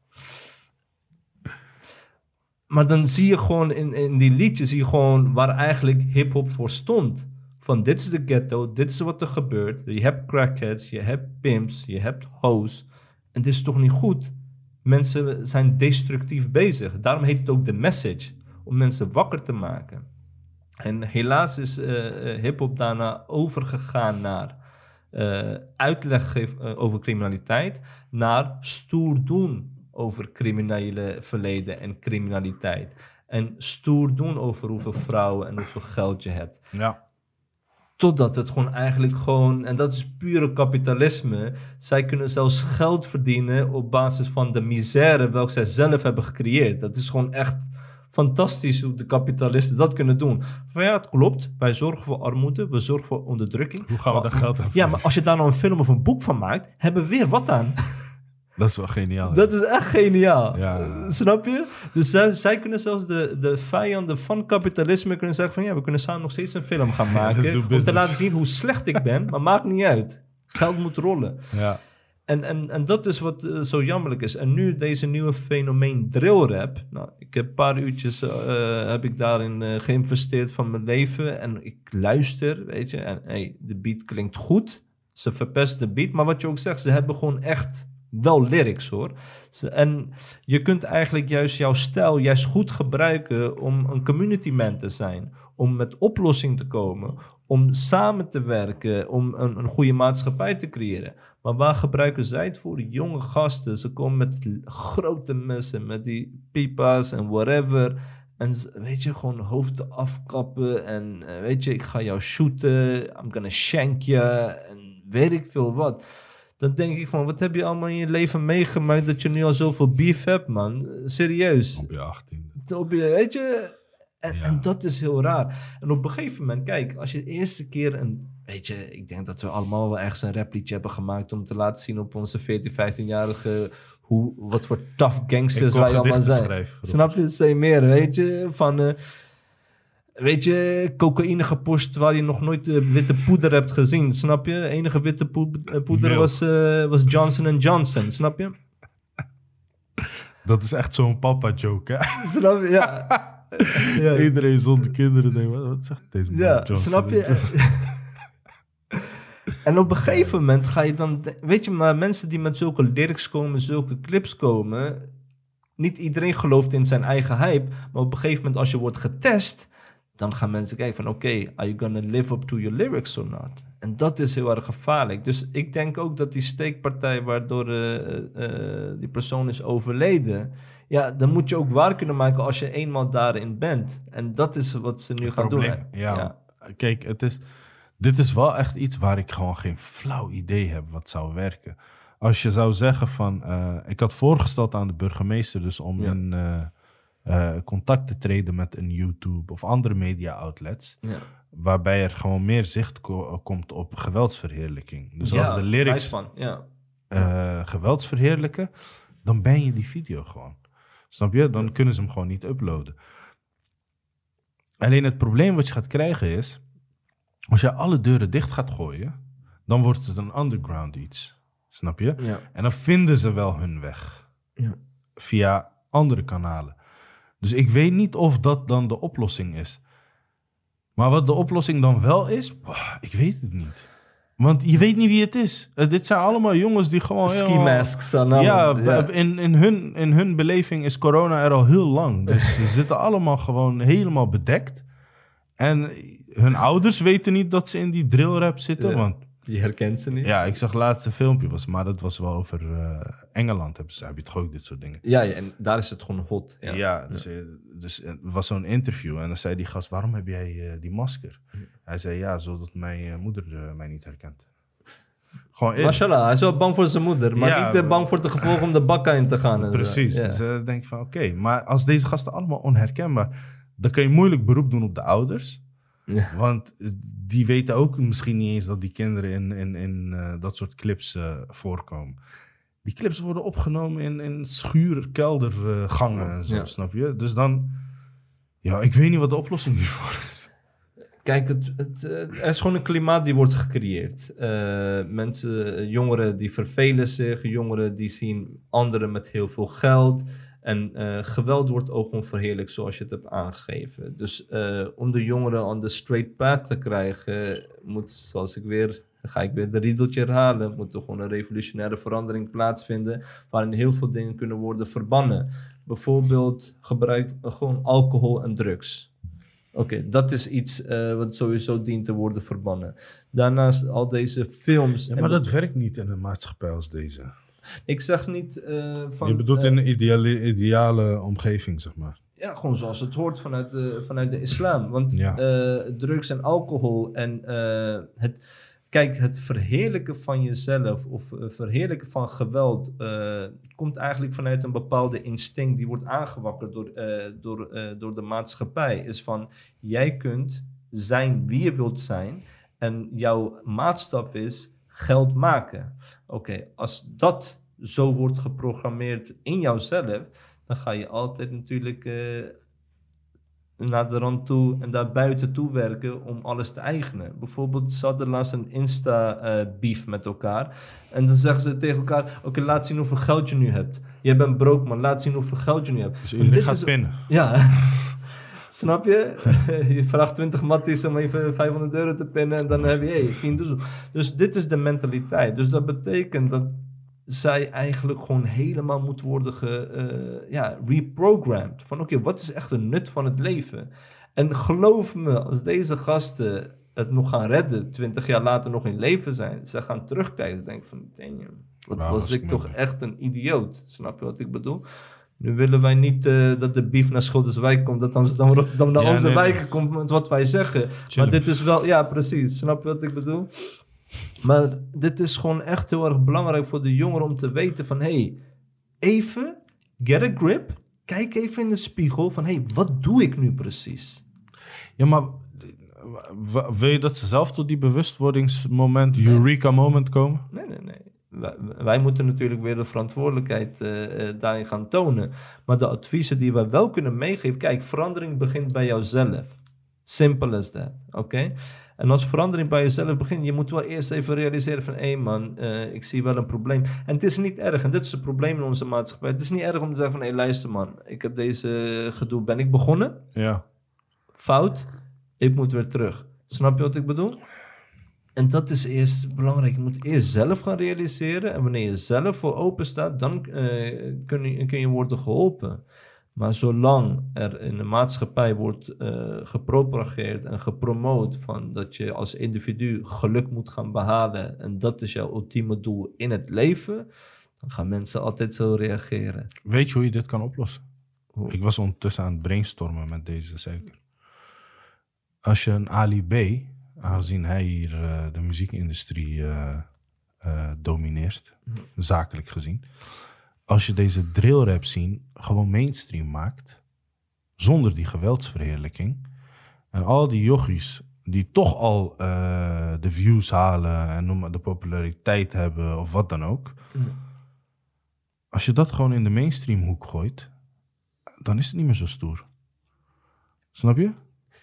Maar dan zie je gewoon in die liedjes... zie je gewoon waar eigenlijk hiphop voor stond. Van dit is de ghetto, dit is wat er gebeurt. Je hebt crackheads, je hebt pimps, je hebt hoes. En dit is toch niet goed? Mensen zijn destructief bezig. Daarom heet het ook The Message. Om mensen wakker te maken. En helaas is hiphop daarna overgegaan naar... uitleg geven over criminaliteit... naar stoer doen over criminele verleden en criminaliteit. En stoer doen over hoeveel vrouwen en hoeveel geld je hebt. Ja. Totdat het gewoon eigenlijk gewoon... en dat is pure kapitalisme. Zij kunnen zelfs geld verdienen op basis van de misère... welke zij zelf hebben gecreëerd. Dat is gewoon echt fantastisch hoe de kapitalisten dat kunnen doen. Maar ja, het klopt. Wij zorgen voor armoede, we zorgen voor onderdrukking. Hoe gaan we daar geld aan? Ja, maar als je daar nou een film of een boek van maakt... hebben we weer wat aan. Dat is wel geniaal. Dat is echt geniaal. Ja. Snap je? Dus zij kunnen zelfs de vijanden van kapitalisme kunnen zeggen van... ja, we kunnen samen nog steeds een film gaan maken... om te laten zien hoe slecht ik ben, maar maakt niet uit. Geld moet rollen. Ja. En dat is wat zo jammerlijk is. En nu deze nieuwe fenomeen drillrap. Nou, ik heb een paar uurtjes heb ik daarin geïnvesteerd van mijn leven. En ik luister, weet je. En hey, de beat klinkt goed. Ze verpesten de beat. Maar wat je ook zegt, ze hebben gewoon echt wel lyrics hoor. En je kunt eigenlijk juist jouw stijl juist goed gebruiken om een community man te zijn. Om met oplossing te komen. Om samen te werken. Om een goede maatschappij te creëren. Maar waar gebruiken zij het voor? Jonge gasten. Ze komen met grote messen. Met die pipa's en whatever. En weet je, gewoon hoofden afkappen. En weet je, ik ga jou shooten. I'm gonna shank je. En weet ik veel wat. Dan denk ik van, wat heb je allemaal in je leven meegemaakt dat je nu al zoveel beef hebt, man? Serieus. Op je 18e. Weet je, en dat is heel raar. En op een gegeven moment, kijk, als je de eerste keer weet je, ik denk dat we allemaal wel ergens een rapliedje hebben gemaakt om te laten zien op onze 14, 15-jarige wat voor tough gangsters wij allemaal zijn. Snap je? Zeg meer, weet je, van... weet je, cocaïne gepusht waar je nog nooit witte poeder hebt gezien, snap je? De enige witte poeder was Johnson & Johnson, snap je? Dat is echt zo'n papa-joke, hè? Snap je? Ja. Ja. Iedereen zonder kinderen denkt, wat zegt deze man? Ja, Johnson snap je? En op een gegeven moment ga je dan... Weet je, maar mensen die met zulke lyrics komen, zulke clips komen... Niet iedereen gelooft in zijn eigen hype, maar op een gegeven moment als je wordt getest... Dan gaan mensen kijken van oké, are you gonna live up to your lyrics or not? En dat is heel erg gevaarlijk. Dus ik denk ook dat die steekpartij waardoor die persoon is overleden... Ja, dan moet je ook waar kunnen maken als je eenmaal daarin bent. En dat is wat ze nu gaan doen. Ja. Kijk, dit is wel echt iets waar ik gewoon geen flauw idee heb wat zou werken. Als je zou zeggen van... ik had voorgesteld aan de burgemeester dus om in... contact te treden met een YouTube of andere media outlets. Ja. Waarbij er gewoon meer zicht komt op geweldsverheerlijking. Dus als de lyrics geweldsverheerlijken, dan ben je die video gewoon. Snap je? Dan kunnen ze hem gewoon niet uploaden. Alleen het probleem wat je gaat krijgen is, als je alle deuren dicht gaat gooien, dan wordt het een underground iets. Snap je? Ja. En dan vinden ze wel hun weg. Ja. Via andere kanalen. Dus ik weet niet of dat dan de oplossing is. Maar wat de oplossing dan wel is, ik weet het niet. Want je weet niet wie het is. Dit zijn allemaal jongens die gewoon... Ski masks. Ja, in hun beleving is corona er al heel lang. Dus ze zitten allemaal gewoon helemaal bedekt. En hun ouders weten niet dat ze in die drillrap zitten. Ja, want je herkent ze niet. Ja, ik zag laatst een filmpje, maar dat was wel over Engeland. Heb je toch ook dit soort dingen? Ja, en daar is het gewoon hot. Ja, dus het was zo'n interview. En dan zei die gast, waarom heb jij die masker? Hij zei, zodat mijn moeder mij niet herkent. Gewoon Mashallah, hij is wel bang voor zijn moeder. Maar niet bang voor de gevolgen om de bakka in te gaan. Precies. Dus dan denk ik van, oké. Maar als deze gasten allemaal onherkenbaar... dan kun je moeilijk beroep doen op de ouders... Ja. Want die weten ook misschien niet eens dat die kinderen in dat soort clips voorkomen. Die clips worden opgenomen in keldergangen en zo, snap je? Dus dan, ik weet niet wat de oplossing hiervoor is. Kijk, er is gewoon een klimaat die wordt gecreëerd. Jongeren die vervelen zich, jongeren die zien anderen met heel veel geld... En geweld wordt ook gewoon verheerlijkt zoals je het hebt aangegeven. Dus om de jongeren on the straight path te krijgen... ga ik weer de riedeltje herhalen... moet er gewoon een revolutionaire verandering plaatsvinden... waarin heel veel dingen kunnen worden verbannen. Bijvoorbeeld gebruik gewoon alcohol en drugs. Oké, dat is iets wat sowieso dient te worden verbannen. Daarnaast al deze films... Ja, maar dat werkt niet in een maatschappij als deze... Ik zeg niet van... Je bedoelt in een ideale omgeving, zeg maar. Ja, gewoon zoals het hoort vanuit de islam. Want drugs en alcohol en het verheerlijken van jezelf of verheerlijken van geweld komt eigenlijk vanuit een bepaalde instinct die wordt aangewakkerd door de maatschappij. Is van, jij kunt zijn wie je wilt zijn en jouw maatstaf is geld maken. Oké, als dat zo wordt geprogrammeerd in jouzelf, dan ga je altijd natuurlijk naar de rand toe en daar buiten toe werken om alles te eigenen. Bijvoorbeeld, ze hadden laatst een Insta-beef met elkaar. En dan zeggen ze tegen elkaar, oké, laat zien hoeveel geld je nu hebt. Je bent broke, man, laat zien hoeveel geld je nu hebt. Dus iedereen gaat pinnen. Ja. Snap je? Je vraagt 20 matties om even €500 te pinnen en dan heb je 10 doezel. Dus dit is de mentaliteit. Dus dat betekent dat zij eigenlijk gewoon helemaal moet worden reprogrammed. Van oké, wat is echt de nut van het leven? En geloof me, als deze gasten het nog gaan redden, 20 jaar later nog in leven zijn, ze gaan terugkijken en denken van, damn, wat was ik toch echt een idioot. Snap je wat ik bedoel? Nu willen wij niet dat de beef naar Schilderswijk komt, dat Amsterdam Rotterdam naar onze wijken komt met wat wij zeggen. Chillen. Maar dit is wel, ja precies, snap je wat ik bedoel? Maar dit is gewoon echt heel erg belangrijk voor de jongeren om te weten van, even, get a grip, kijk even in de spiegel van, wat doe ik nu precies? Ja, maar wil je dat ze zelf tot die bewustwordingsmoment, eureka moment komen? Nee. Wij moeten natuurlijk weer de verantwoordelijkheid daarin gaan tonen. Maar de adviezen die wij wel kunnen meegeven, kijk, verandering begint bij jouzelf. Simple as that, oké? En als verandering bij jezelf begint, je moet wel eerst even realiseren van, man, ik zie wel een probleem. En het is niet erg, en dit is het probleem in onze maatschappij. Het is niet erg om te zeggen van, luister man, ik heb deze gedoe, ben ik begonnen? Ja. Fout, ik moet weer terug. Snap je wat ik bedoel? En dat is eerst belangrijk. Je moet eerst zelf gaan realiseren. En wanneer je zelf voor open staat, dan kun je worden geholpen. Maar zolang er in de maatschappij wordt gepropageerd en gepromoot van dat je als individu geluk moet gaan behalen en dat is jouw ultieme doel in het leven, dan gaan mensen altijd zo reageren. Weet je hoe je dit kan oplossen? Hoe? Ik was ondertussen aan het brainstormen met deze zeker. Als je een Ali B, aangezien hij hier de muziekindustrie domineert, zakelijk gezien. Als je deze drillrap scene gewoon mainstream maakt, zonder die geweldsverheerlijking, en al die jochies die toch al de views halen en noem maar de populariteit hebben of wat dan ook. Als je dat gewoon in de mainstream hoek gooit, dan is het niet meer zo stoer. Snap je?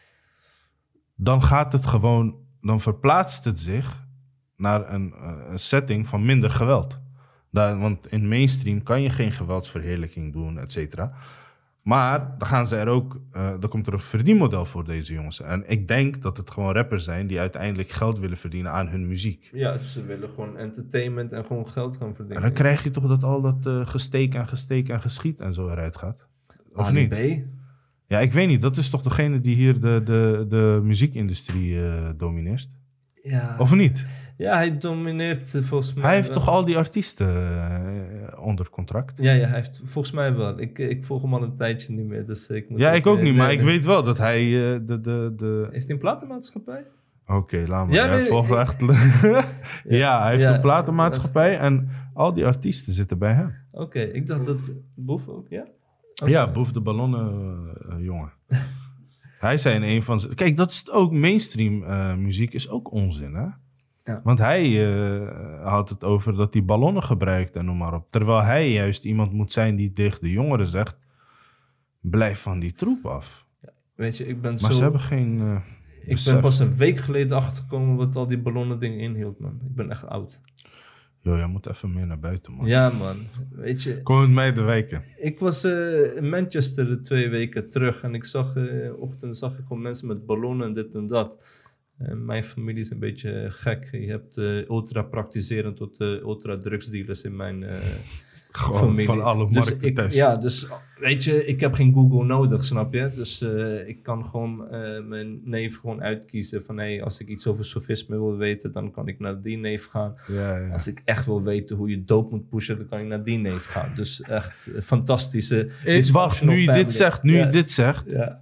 Dan gaat het gewoon, dan verplaatst het zich naar een setting van minder geweld. Want in mainstream kan je geen geweldsverheerlijking doen, et cetera. Maar dan gaan ze er ook, dan komt er een verdienmodel voor deze jongens. En ik denk dat het gewoon rappers zijn die uiteindelijk geld willen verdienen aan hun muziek. Ja, ze willen gewoon entertainment en gewoon geld gaan verdienen. En dan krijg je toch dat al dat gesteek en geschiet en zo eruit gaat? Of Ali niet? B? Ja, ik weet niet. Dat is toch degene die hier de muziekindustrie domineert? Ja. Of niet? Ja, hij domineert volgens mij. Hij heeft wel. toch al die artiesten onder contract? Ja, hij heeft volgens mij wel. Ik volg hem al een tijdje niet meer. Dus ik moet Ik ook niet, maar ik nee. weet wel dat hij Heeft hij een platenmaatschappij? Oké, laat maar. Ja, Hij nee, volgt echt... ja, hij heeft een platenmaatschappij en al die artiesten zitten bij hem. Oké, ik dacht dat Boef ook, ja? Okay. Ja, Boef de Ballonnen jongen. Hij zei in een van zijn... Kijk, dat is ook mainstream muziek is ook onzin, hè? Ja. Want hij had het over dat hij ballonnen gebruikt en noem maar op. Terwijl hij juist iemand moet zijn die tegen de jongeren zegt... Blijf van die troep af. Ja, weet je, ik ben maar ze hebben geen ik ben pas een week geleden achtergekomen wat al die ballonnen dingen inhield, man. Ik ben echt oud. Yo, jij moet even meer naar buiten, man. Ja, man. Weet je... Kom met mij de wijken. Ik was in Manchester 2 weken terug en ik zag ik gewoon mensen met ballonnen en dit en dat. Mijn familie is een beetje gek. Je hebt ultra-praktiserend tot ultra-drugsdealers in mijn familie. Van alle markten thuis. Dus weet je, ik heb geen Google nodig, snap je? Dus ik kan gewoon mijn neef gewoon uitkiezen van als ik iets over sofisme wil weten, dan kan ik naar die neef gaan. Ja. Als ik echt wil weten hoe je dope moet pushen, dan kan ik naar die neef gaan. Dus echt fantastische... Wacht, nu je dit zegt, ja.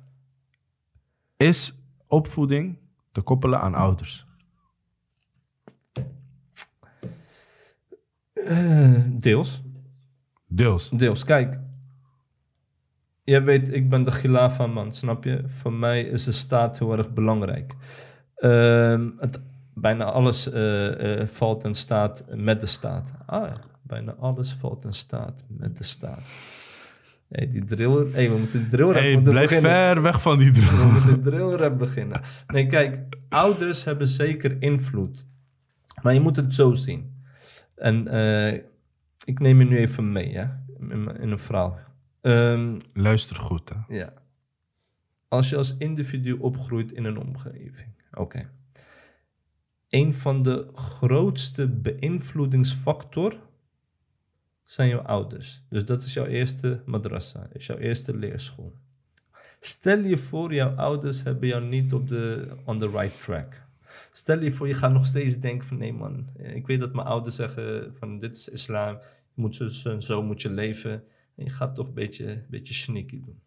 Is opvoeding te koppelen aan ouders? Deels. Deels. Kijk, jij weet, ik ben de Khilafa-man, snap je? Voor mij is de staat heel erg belangrijk. Bijna alles valt en staat met de staat. Bijna alles valt en staat met de staat. Die drill... we moeten de drillrap blijf beginnen. Ver weg van die drill. We moeten de drillrap beginnen. Nee, kijk, ouders hebben zeker invloed. Maar je moet het zo zien. En ik neem je nu even mee, ja? In een verhaal. Luister goed, hè? Ja. Als je als individu opgroeit in een omgeving. Oké. Een van de grootste beïnvloedingsfactor zijn jouw ouders. Dus dat is jouw eerste madrasa, is jouw eerste leerschool. Stel je voor, jouw ouders hebben jou niet on the right track. Stel je voor, je gaat nog steeds denken van nee man, ik weet dat mijn ouders zeggen van dit is islam, je moet zo moet je leven. En je gaat toch een beetje sneaky doen.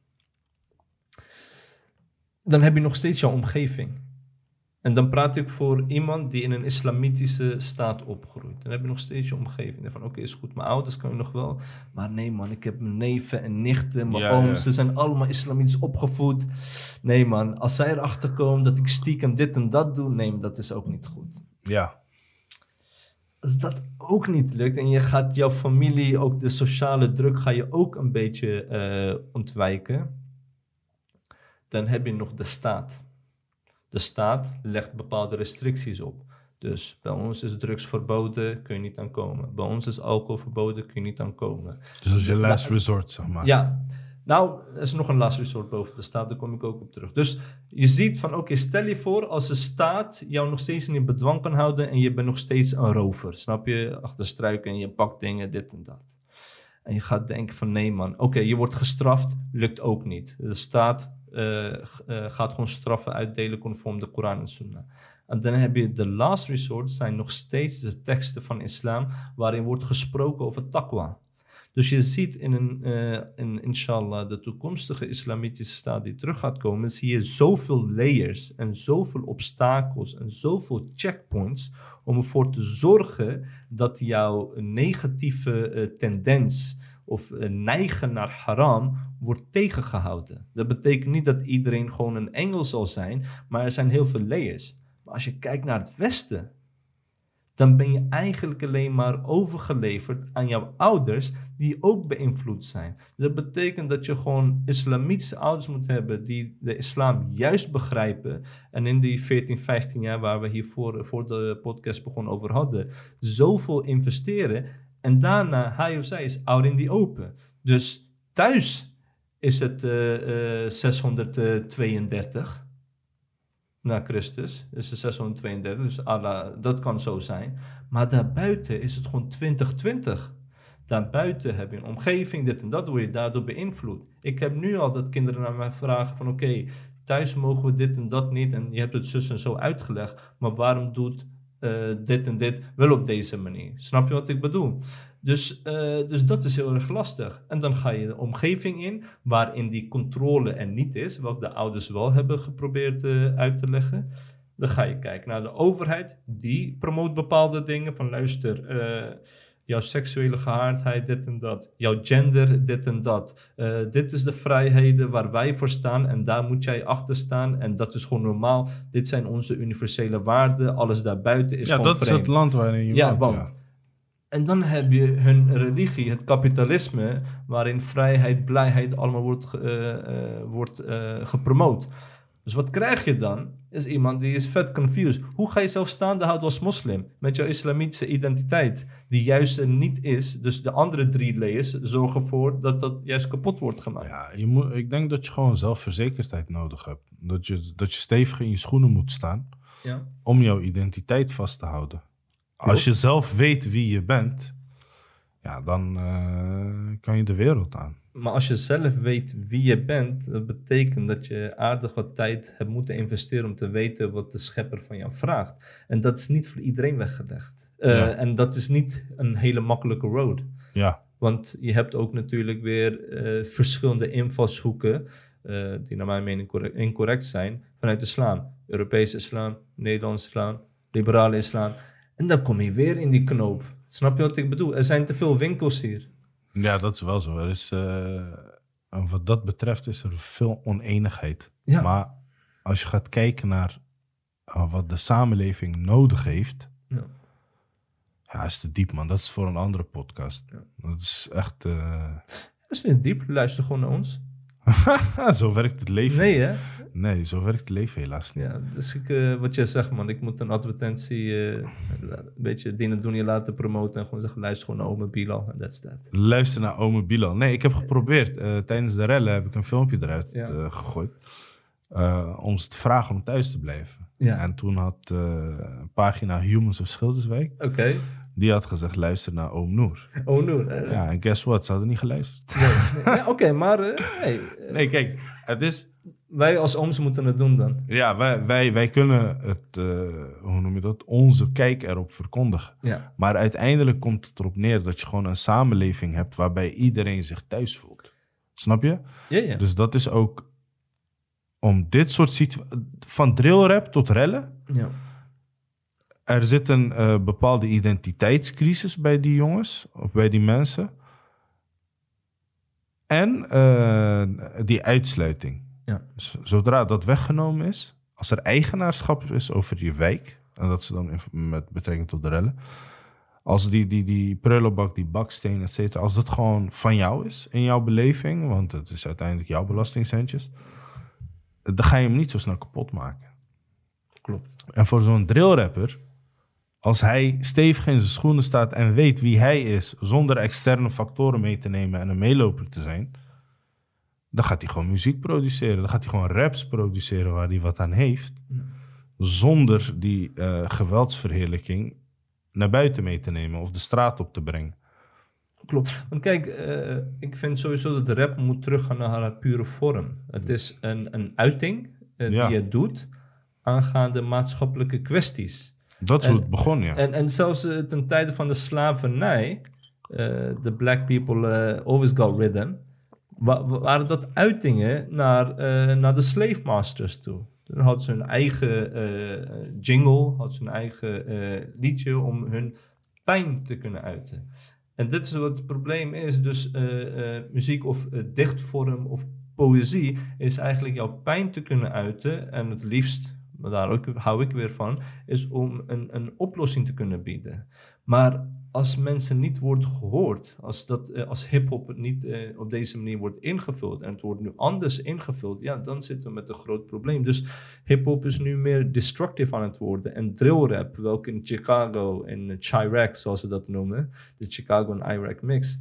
Dan heb je nog steeds jouw omgeving. En dan praat ik voor iemand die in een islamitische staat opgroeit. Dan heb je nog steeds je omgeving. Van oké, is goed, mijn ouders kan je nog wel. Maar nee man, ik heb mijn neven en nichten, mijn ooms. Ze zijn allemaal islamitisch opgevoed. Nee man, als zij erachter komen dat ik stiekem dit en dat doe. Nee, dat is ook niet goed. Ja. Als dat ook niet lukt en je gaat jouw familie, ook de sociale druk, ga je ook een beetje ontwijken. Dan heb je nog de staat. De staat legt bepaalde restricties op. Dus bij ons is drugs verboden, kun je niet aan komen. Bij ons is alcohol verboden, kun je niet aan komen. Dus dat is je last resort, zeg maar. Ja. Nou, er is nog een last resort boven de staat, daar kom ik ook op terug. Dus je ziet van, oké, stel je voor als de staat jou nog steeds in bedwang kan houden en je bent nog steeds een rover. Snap je? Achter struiken en je pakt dingen, dit en dat. En je gaat denken van, nee man, oké, je wordt gestraft, lukt ook niet. De staat gaat gewoon straffen uitdelen conform de Koran en Sunnah. En dan heb je de last resort, zijn nog steeds de teksten van islam waarin wordt gesproken over taqwa. Dus je ziet in inshallah de toekomstige islamitische staat die terug gaat komen, zie je zoveel layers en zoveel obstakels en zoveel checkpoints om ervoor te zorgen dat jouw negatieve tendens of neigen naar haram wordt tegengehouden. Dat betekent niet dat iedereen gewoon een engel zal zijn, maar er zijn heel veel layers. Maar als je kijkt naar het Westen, dan ben je eigenlijk alleen maar overgeleverd aan jouw ouders die ook beïnvloed zijn. Dat betekent dat je gewoon islamitische ouders moet hebben die de islam juist begrijpen. En in die 14, 15 jaar waar we hier voor de podcast begonnen over hadden, zoveel investeren. En daarna, hij of zij is out in the open. Dus thuis is het 632 na Christus. Is het 632, dus Allah, dat kan zo zijn. Maar daarbuiten is het gewoon 2020. Daarbuiten heb je een omgeving, dit en dat, word je daardoor beïnvloed. Ik heb nu al dat kinderen naar mij vragen van oké, thuis mogen we dit en dat niet. En je hebt het zus en zo uitgelegd. Maar waarom doet dit en dit wel op deze manier? Snap je wat ik bedoel? Dus dat is heel erg lastig. En dan ga je de omgeving in, waarin die controle er niet is, wat de ouders wel hebben geprobeerd uit te leggen. Dan ga je kijken naar de overheid, die promoot bepaalde dingen, van luister, jouw seksuele geaardheid, dit en dat. Jouw gender, dit en dat. Dit is de vrijheden waar wij voor staan en daar moet jij achter staan. En dat is gewoon normaal. Dit zijn onze universele waarden. Alles daarbuiten is gewoon vreemd. Ja, dat is het land waarin je woont. Ja. En dan heb je hun religie, het kapitalisme, waarin vrijheid, blijheid allemaal wordt gepromoot. Dus wat krijg je dan? Is iemand die is vet confused. Hoe ga je zelf staande houden als moslim? Met jouw islamitische identiteit, die juist er niet is. Dus de andere 3 layers zorgen ervoor dat dat juist kapot wordt gemaakt. Ja, ik denk dat je gewoon zelfverzekerdheid nodig hebt. Dat je stevig in je schoenen moet staan, ja, om jouw identiteit vast te houden. Als je zelf weet wie je bent, ja, dan kan je de wereld aan. Maar als je zelf weet wie je bent, dat betekent dat je aardig wat tijd hebt moeten investeren om te weten wat de schepper van jou vraagt. En dat is niet voor iedereen weggelegd. En dat is niet een hele makkelijke road. Ja. Want je hebt ook natuurlijk weer verschillende invalshoeken, die naar mijn mening incorrect zijn, vanuit islam. Europese islam, Nederlandse islam, liberale islam. En dan kom je weer in die knoop. Snap je wat ik bedoel? Er zijn te veel winkels hier. Ja, dat is wel zo. Er is, wat dat betreft is er veel oneenigheid. Ja. Maar als je gaat kijken naar wat de samenleving nodig heeft, ja, is te diep, man. Dat is voor een andere podcast. Ja. Dat is echt... Dat is niet diep. Luister gewoon naar ons. Zo werkt het leven. Nee, hè? Nee, zo werkt het leven helaas niet. Ja, dus wat jij zegt, man. Ik moet een advertentie een beetje Dien doen je laten promoten en gewoon zeggen, luister gewoon naar Ome Bilal en that's that. Luister naar Ome Bilal. Nee, ik heb geprobeerd. Tijdens de rellen heb ik een filmpje eruit gegooid. Om ze te vragen om thuis te blijven. Ja. En toen had pagina Humans of Schilderswijk Die had gezegd, luister naar Oom Noor. Oh, Noor. Ja, en guess what? Ze hadden niet geluisterd. Nee. Ja, oké, maar... Nee, kijk, het is... Wij als ooms moeten het doen dan. Ja, wij kunnen het, hoe noem je dat, onze kijk erop verkondigen. Ja. Maar uiteindelijk komt het erop neer dat je gewoon een samenleving hebt waarbij iedereen zich thuis voelt. Snap je? Ja. Dus dat is ook om dit soort van drillrap tot rellen. Ja. Er zit een bepaalde identiteitscrisis bij die jongens of bij die mensen. En die uitsluiting. Ja. Zodra dat weggenomen is, als er eigenaarschap is over je wijk, en dat is dan met betrekking tot de rellen, als die prullenbak, die baksteen, et cetera, als dat gewoon van jou is, in jouw beleving, want het is uiteindelijk jouw belastingcentjes, dan ga je hem niet zo snel kapot maken. Klopt. En voor zo'n drillrapper, als hij stevig in zijn schoenen staat en weet wie hij is, zonder externe factoren mee te nemen en een meeloper te zijn, dan gaat hij gewoon muziek produceren. Dan gaat hij gewoon raps produceren waar hij wat aan heeft. Ja. Zonder die geweldsverheerlijking naar buiten mee te nemen of de straat op te brengen. Klopt. Want kijk, ik vind sowieso dat de rap moet teruggaan naar haar pure vorm. Het is een uiting die je doet aangaande maatschappelijke kwesties. Dat is hoe het begon, ja. En zelfs ten tijde van de slavernij, the black people always got rhythm, waren dat uitingen naar de slave masters toe. Dan hadden ze hun eigen jingle, hadden ze hun eigen liedje om hun pijn te kunnen uiten. En dit is wat het probleem is. Dus muziek of dichtvorm of poëzie is eigenlijk jouw pijn te kunnen uiten. En het liefst, maar daar hou ik weer van, is om een oplossing te kunnen bieden. Maar als mensen niet worden gehoord, als hiphop niet op deze manier wordt ingevuld en het wordt nu anders ingevuld, ja, dan zitten we met een groot probleem. Dus hiphop is nu meer destructief aan het worden. En drillrap, welke in Chicago en Chirac, zoals ze dat noemen, de Chicago en Iraq mix,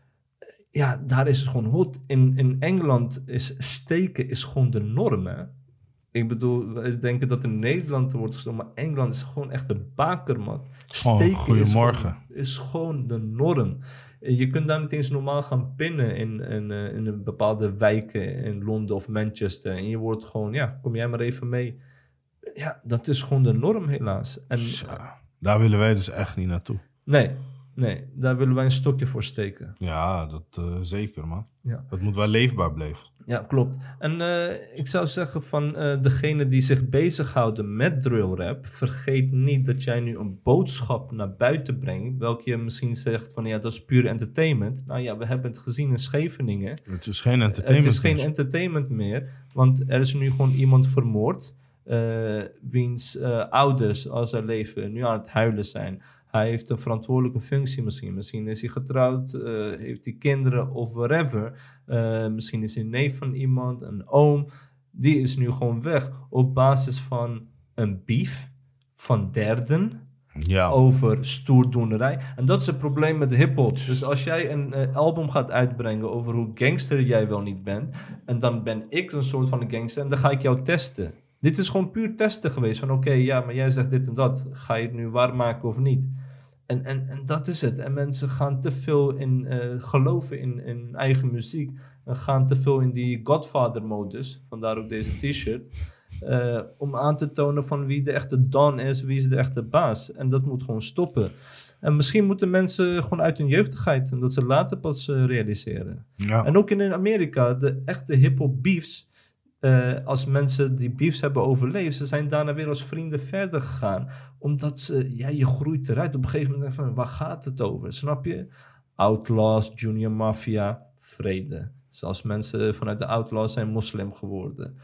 ja, daar is het gewoon hot. In Engeland is steken is gewoon de norm, hè? Ik bedoel, wij denken dat in Nederland wordt gestoken, maar Engeland is gewoon echt een bakermat. Steken goedemorgen. Is gewoon de norm. Je kunt daar niet eens normaal gaan pinnen in een bepaalde wijken in Londen of Manchester. En je wordt gewoon, ja, kom jij maar even mee. Ja, dat is gewoon de norm helaas. En, daar willen wij dus echt niet naartoe. Nee, daar willen wij een stokje voor steken. Ja, dat zeker, man. Ja. Dat moet wel leefbaar blijven. Ja, klopt. En ik zou zeggen van degene die zich bezighouden met drillrap, vergeet niet dat jij nu een boodschap naar buiten brengt, welke je misschien zegt van ja, dat is puur entertainment. Nou ja, we hebben het gezien in Scheveningen. Het is geen entertainment. Het is geen entertainment meer, want er is nu gewoon iemand vermoord, wiens ouders, als er leven, nu aan het huilen zijn. Hij heeft een verantwoordelijke functie misschien. Misschien is hij getrouwd, heeft hij kinderen of whatever. Misschien is hij een neef van iemand, een oom. Die is nu gewoon weg op basis van een beef van derden over stoerdoenerij. En dat is het probleem met de hiphop. Dus als jij een album gaat uitbrengen over hoe gangster jij wel niet bent, en dan ben ik een soort van een gangster en dan ga ik jou testen. Dit is gewoon puur testen geweest. Van oké, ja, maar jij zegt dit en dat. Ga je het nu waarmaken of niet? En dat is het. En mensen gaan te veel in geloven in eigen muziek. En gaan te veel in die Godfather-modus. Vandaar ook deze t-shirt. Om aan te tonen van wie de echte Don is. Wie is de echte baas. En dat moet gewoon stoppen. En misschien moeten mensen gewoon uit hun jeugdigheid. En dat ze later pas realiseren. Ja. En ook in Amerika. De echte hip-hop beefs. Als mensen die beefs hebben overleefd, ze zijn daarna weer als vrienden verder gegaan. Omdat je groeit eruit. Op een gegeven moment van, waar gaat het over? Snap je? Outlaws, Junior Mafia, vrede. Zelfs mensen vanuit de Outlaws zijn moslim geworden.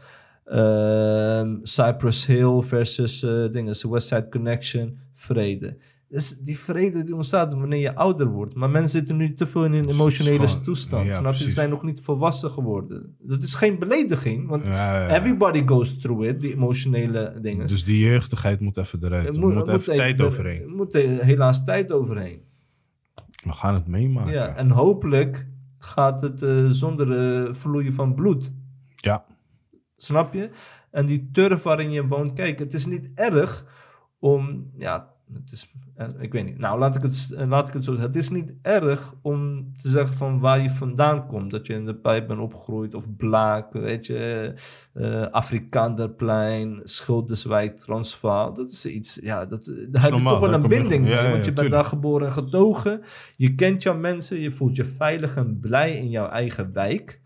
Cypress Hill versus West Side Connection, vrede. Dus die vrede die ontstaat wanneer je ouder wordt. Maar mensen zitten nu te veel in een emotionele toestand. Ja, snap je? Ze zijn nog niet volwassen geworden. Dat is geen belediging. Want everybody goes through it. Die emotionele dingen. Dus die jeugdigheid moet even eruit. Er moet even tijd overheen. Er moet helaas tijd overheen. We gaan het meemaken. Ja, en hopelijk gaat het zonder vloeien van bloed. Ja. Snap je? En die turf waarin je woont. Kijk, het is niet erg om... Ja, het is, ik weet niet. Nou, laat ik het zo zeggen. Het is niet erg om te zeggen van waar je vandaan komt. Dat je in de pijp bent opgegroeid of Blaak, weet je, Afrikaanderplein, Schilderswijk, Transvaal. Dat is iets, ja, daar heb je toch wel een binding mee. Want je bent daar geboren en getogen. Je kent jouw mensen, je voelt je veilig en blij in jouw eigen wijk.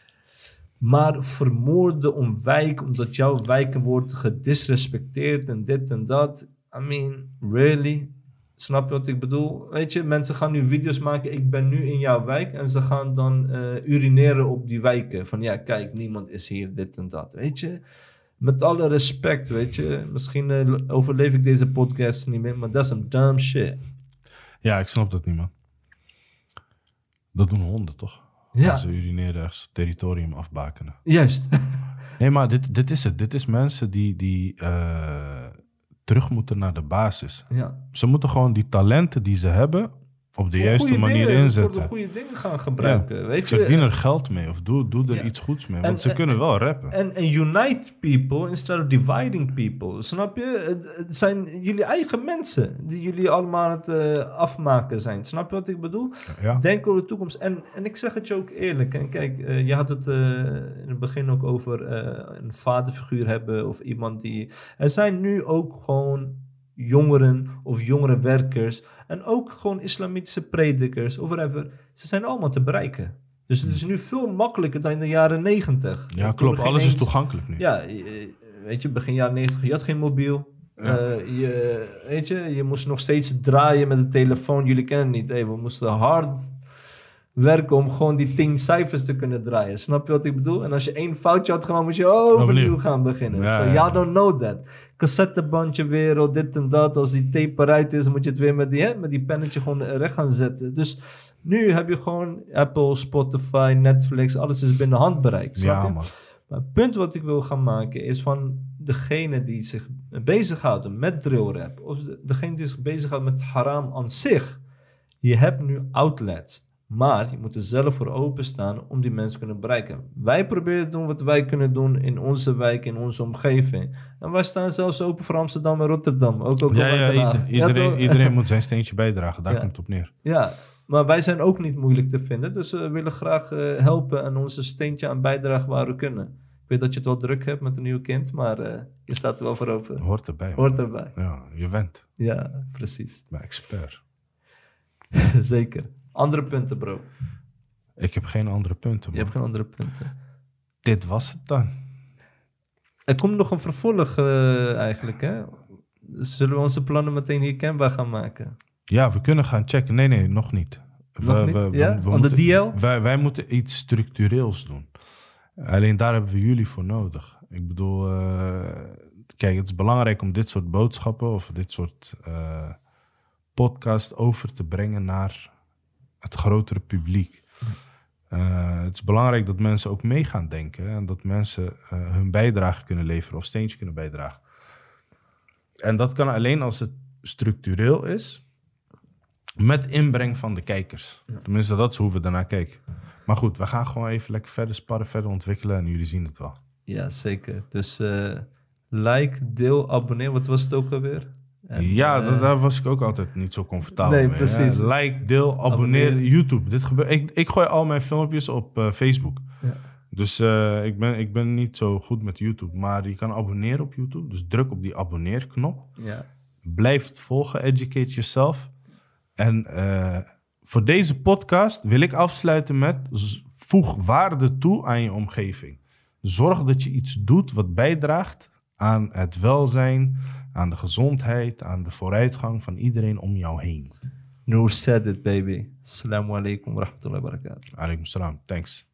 Maar vermoorden om wijk, omdat jouw wijk wordt gedisrespecteerd en dit en dat. I mean, really? Snap je wat ik bedoel? Weet je, mensen gaan nu video's maken. Ik ben nu in jouw wijk. En ze gaan dan urineren op die wijken. Van ja, kijk, niemand is hier, dit en dat. Weet je? Met alle respect, weet je. Misschien overleef ik deze podcast niet meer. Maar dat is een dumb shit. Ja, ik snap dat niet, man. Dat doen honden, toch? Ja. Ze urineren ergens territorium afbakenen. Juist. Nee, maar dit is het. Dit is mensen die terug moeten naar de basis. Ja. Ze moeten gewoon die talenten die ze hebben op de juiste manier inzetten. Voor de goede dingen gaan gebruiken. Ja. Weet je? Verdien er geld mee of doe er iets goeds mee. Want ze kunnen wel rappen. En unite people instead of dividing people. Snap je? Het zijn jullie eigen mensen die jullie allemaal aan het afmaken zijn. Snap je wat ik bedoel? Ja. Denk over de toekomst. En ik zeg het je ook eerlijk. En kijk, je had het in het begin ook over een vaderfiguur hebben of iemand die... Er zijn nu ook gewoon jongeren of jongere werkers en ook gewoon islamitische predikers of whatever. Ze zijn allemaal te bereiken. Dus het is nu veel makkelijker dan in de jaren 90. Ja, klopt. Alles is toegankelijk nu. Ja, weet je, begin jaren 90, je had geen mobiel. Ja. Je moest nog steeds draaien met de telefoon. Jullie kennen het niet. We moesten hard werken om gewoon die 10 cijfers te kunnen draaien. Snap je wat ik bedoel? En als je 1 foutje had gemaakt, moest je overnieuw gaan beginnen. Ja, so, ja. y'all don't know that. Cassettebandje weer, dit en dat. Als die tape eruit is, moet je het weer met die pennetje gewoon recht gaan zetten. Dus nu heb je gewoon Apple, Spotify, Netflix, alles is binnen handbereik. Snap je? Ja, man. Maar het punt wat ik wil gaan maken is van degene die zich bezighouden met drillrap, of degene die zich bezighoudt met haram aan zich. Je hebt nu outlets. Maar je moet er zelf voor openstaan om die mensen te kunnen bereiken. Wij proberen te doen wat wij kunnen doen in onze wijk, in onze omgeving. En wij staan zelfs open voor Amsterdam en Rotterdam. Iedereen moet zijn steentje bijdragen. Daar komt het op neer. Ja, maar wij zijn ook niet moeilijk te vinden. Dus we willen graag helpen en onze steentje aan bijdragen waar we kunnen. Ik weet dat je het wel druk hebt met een nieuw kind, maar je staat er wel voor open. Hoort erbij. Hoort erbij. Ja, je went. Ja, precies. Bij expert. Zeker. Andere punten, bro. Ik heb geen andere punten, man. Je hebt geen andere punten. Dit was het dan. Er komt nog een vervolg eigenlijk, hè? Zullen we onze plannen meteen hier kenbaar gaan maken? Ja, we kunnen gaan checken. Nee, nog niet. We moeten, DL? Wij moeten iets structureels doen. Alleen daar hebben we jullie voor nodig. Ik bedoel, kijk, het is belangrijk om dit soort boodschappen of dit soort podcast over te brengen naar het grotere publiek. Het is belangrijk dat mensen ook mee gaan denken en dat mensen hun bijdrage kunnen leveren of steentje kunnen bijdragen. En dat kan alleen als het structureel is, met inbreng van de kijkers. Ja. Tenminste, dat is hoe we daarnaar kijken. Maar goed, we gaan gewoon even lekker verder sparren, verder ontwikkelen en jullie zien het wel. Ja, zeker. Dus like, deel, abonneer. Wat was het ook alweer? En, daar was ik ook altijd niet zo comfortabel mee. Precies. Hè? Like, deel, abonneer. YouTube. Dit gebeurt. Ik gooi al mijn filmpjes op Facebook. Ja. Dus ik ben niet zo goed met YouTube. Maar je kan abonneren op YouTube. Dus druk op die abonneerknop. Ja. Blijf het volgen. Educate yourself. En voor deze podcast wil ik afsluiten met: voeg waarde toe aan je omgeving. Zorg dat je iets doet wat bijdraagt aan het welzijn, aan de gezondheid, aan de vooruitgang van iedereen om jou heen. Noor said it, baby. Assalamu alaikum wa rahmatullahi wa barakatuh. Alaikum salam. Thanks.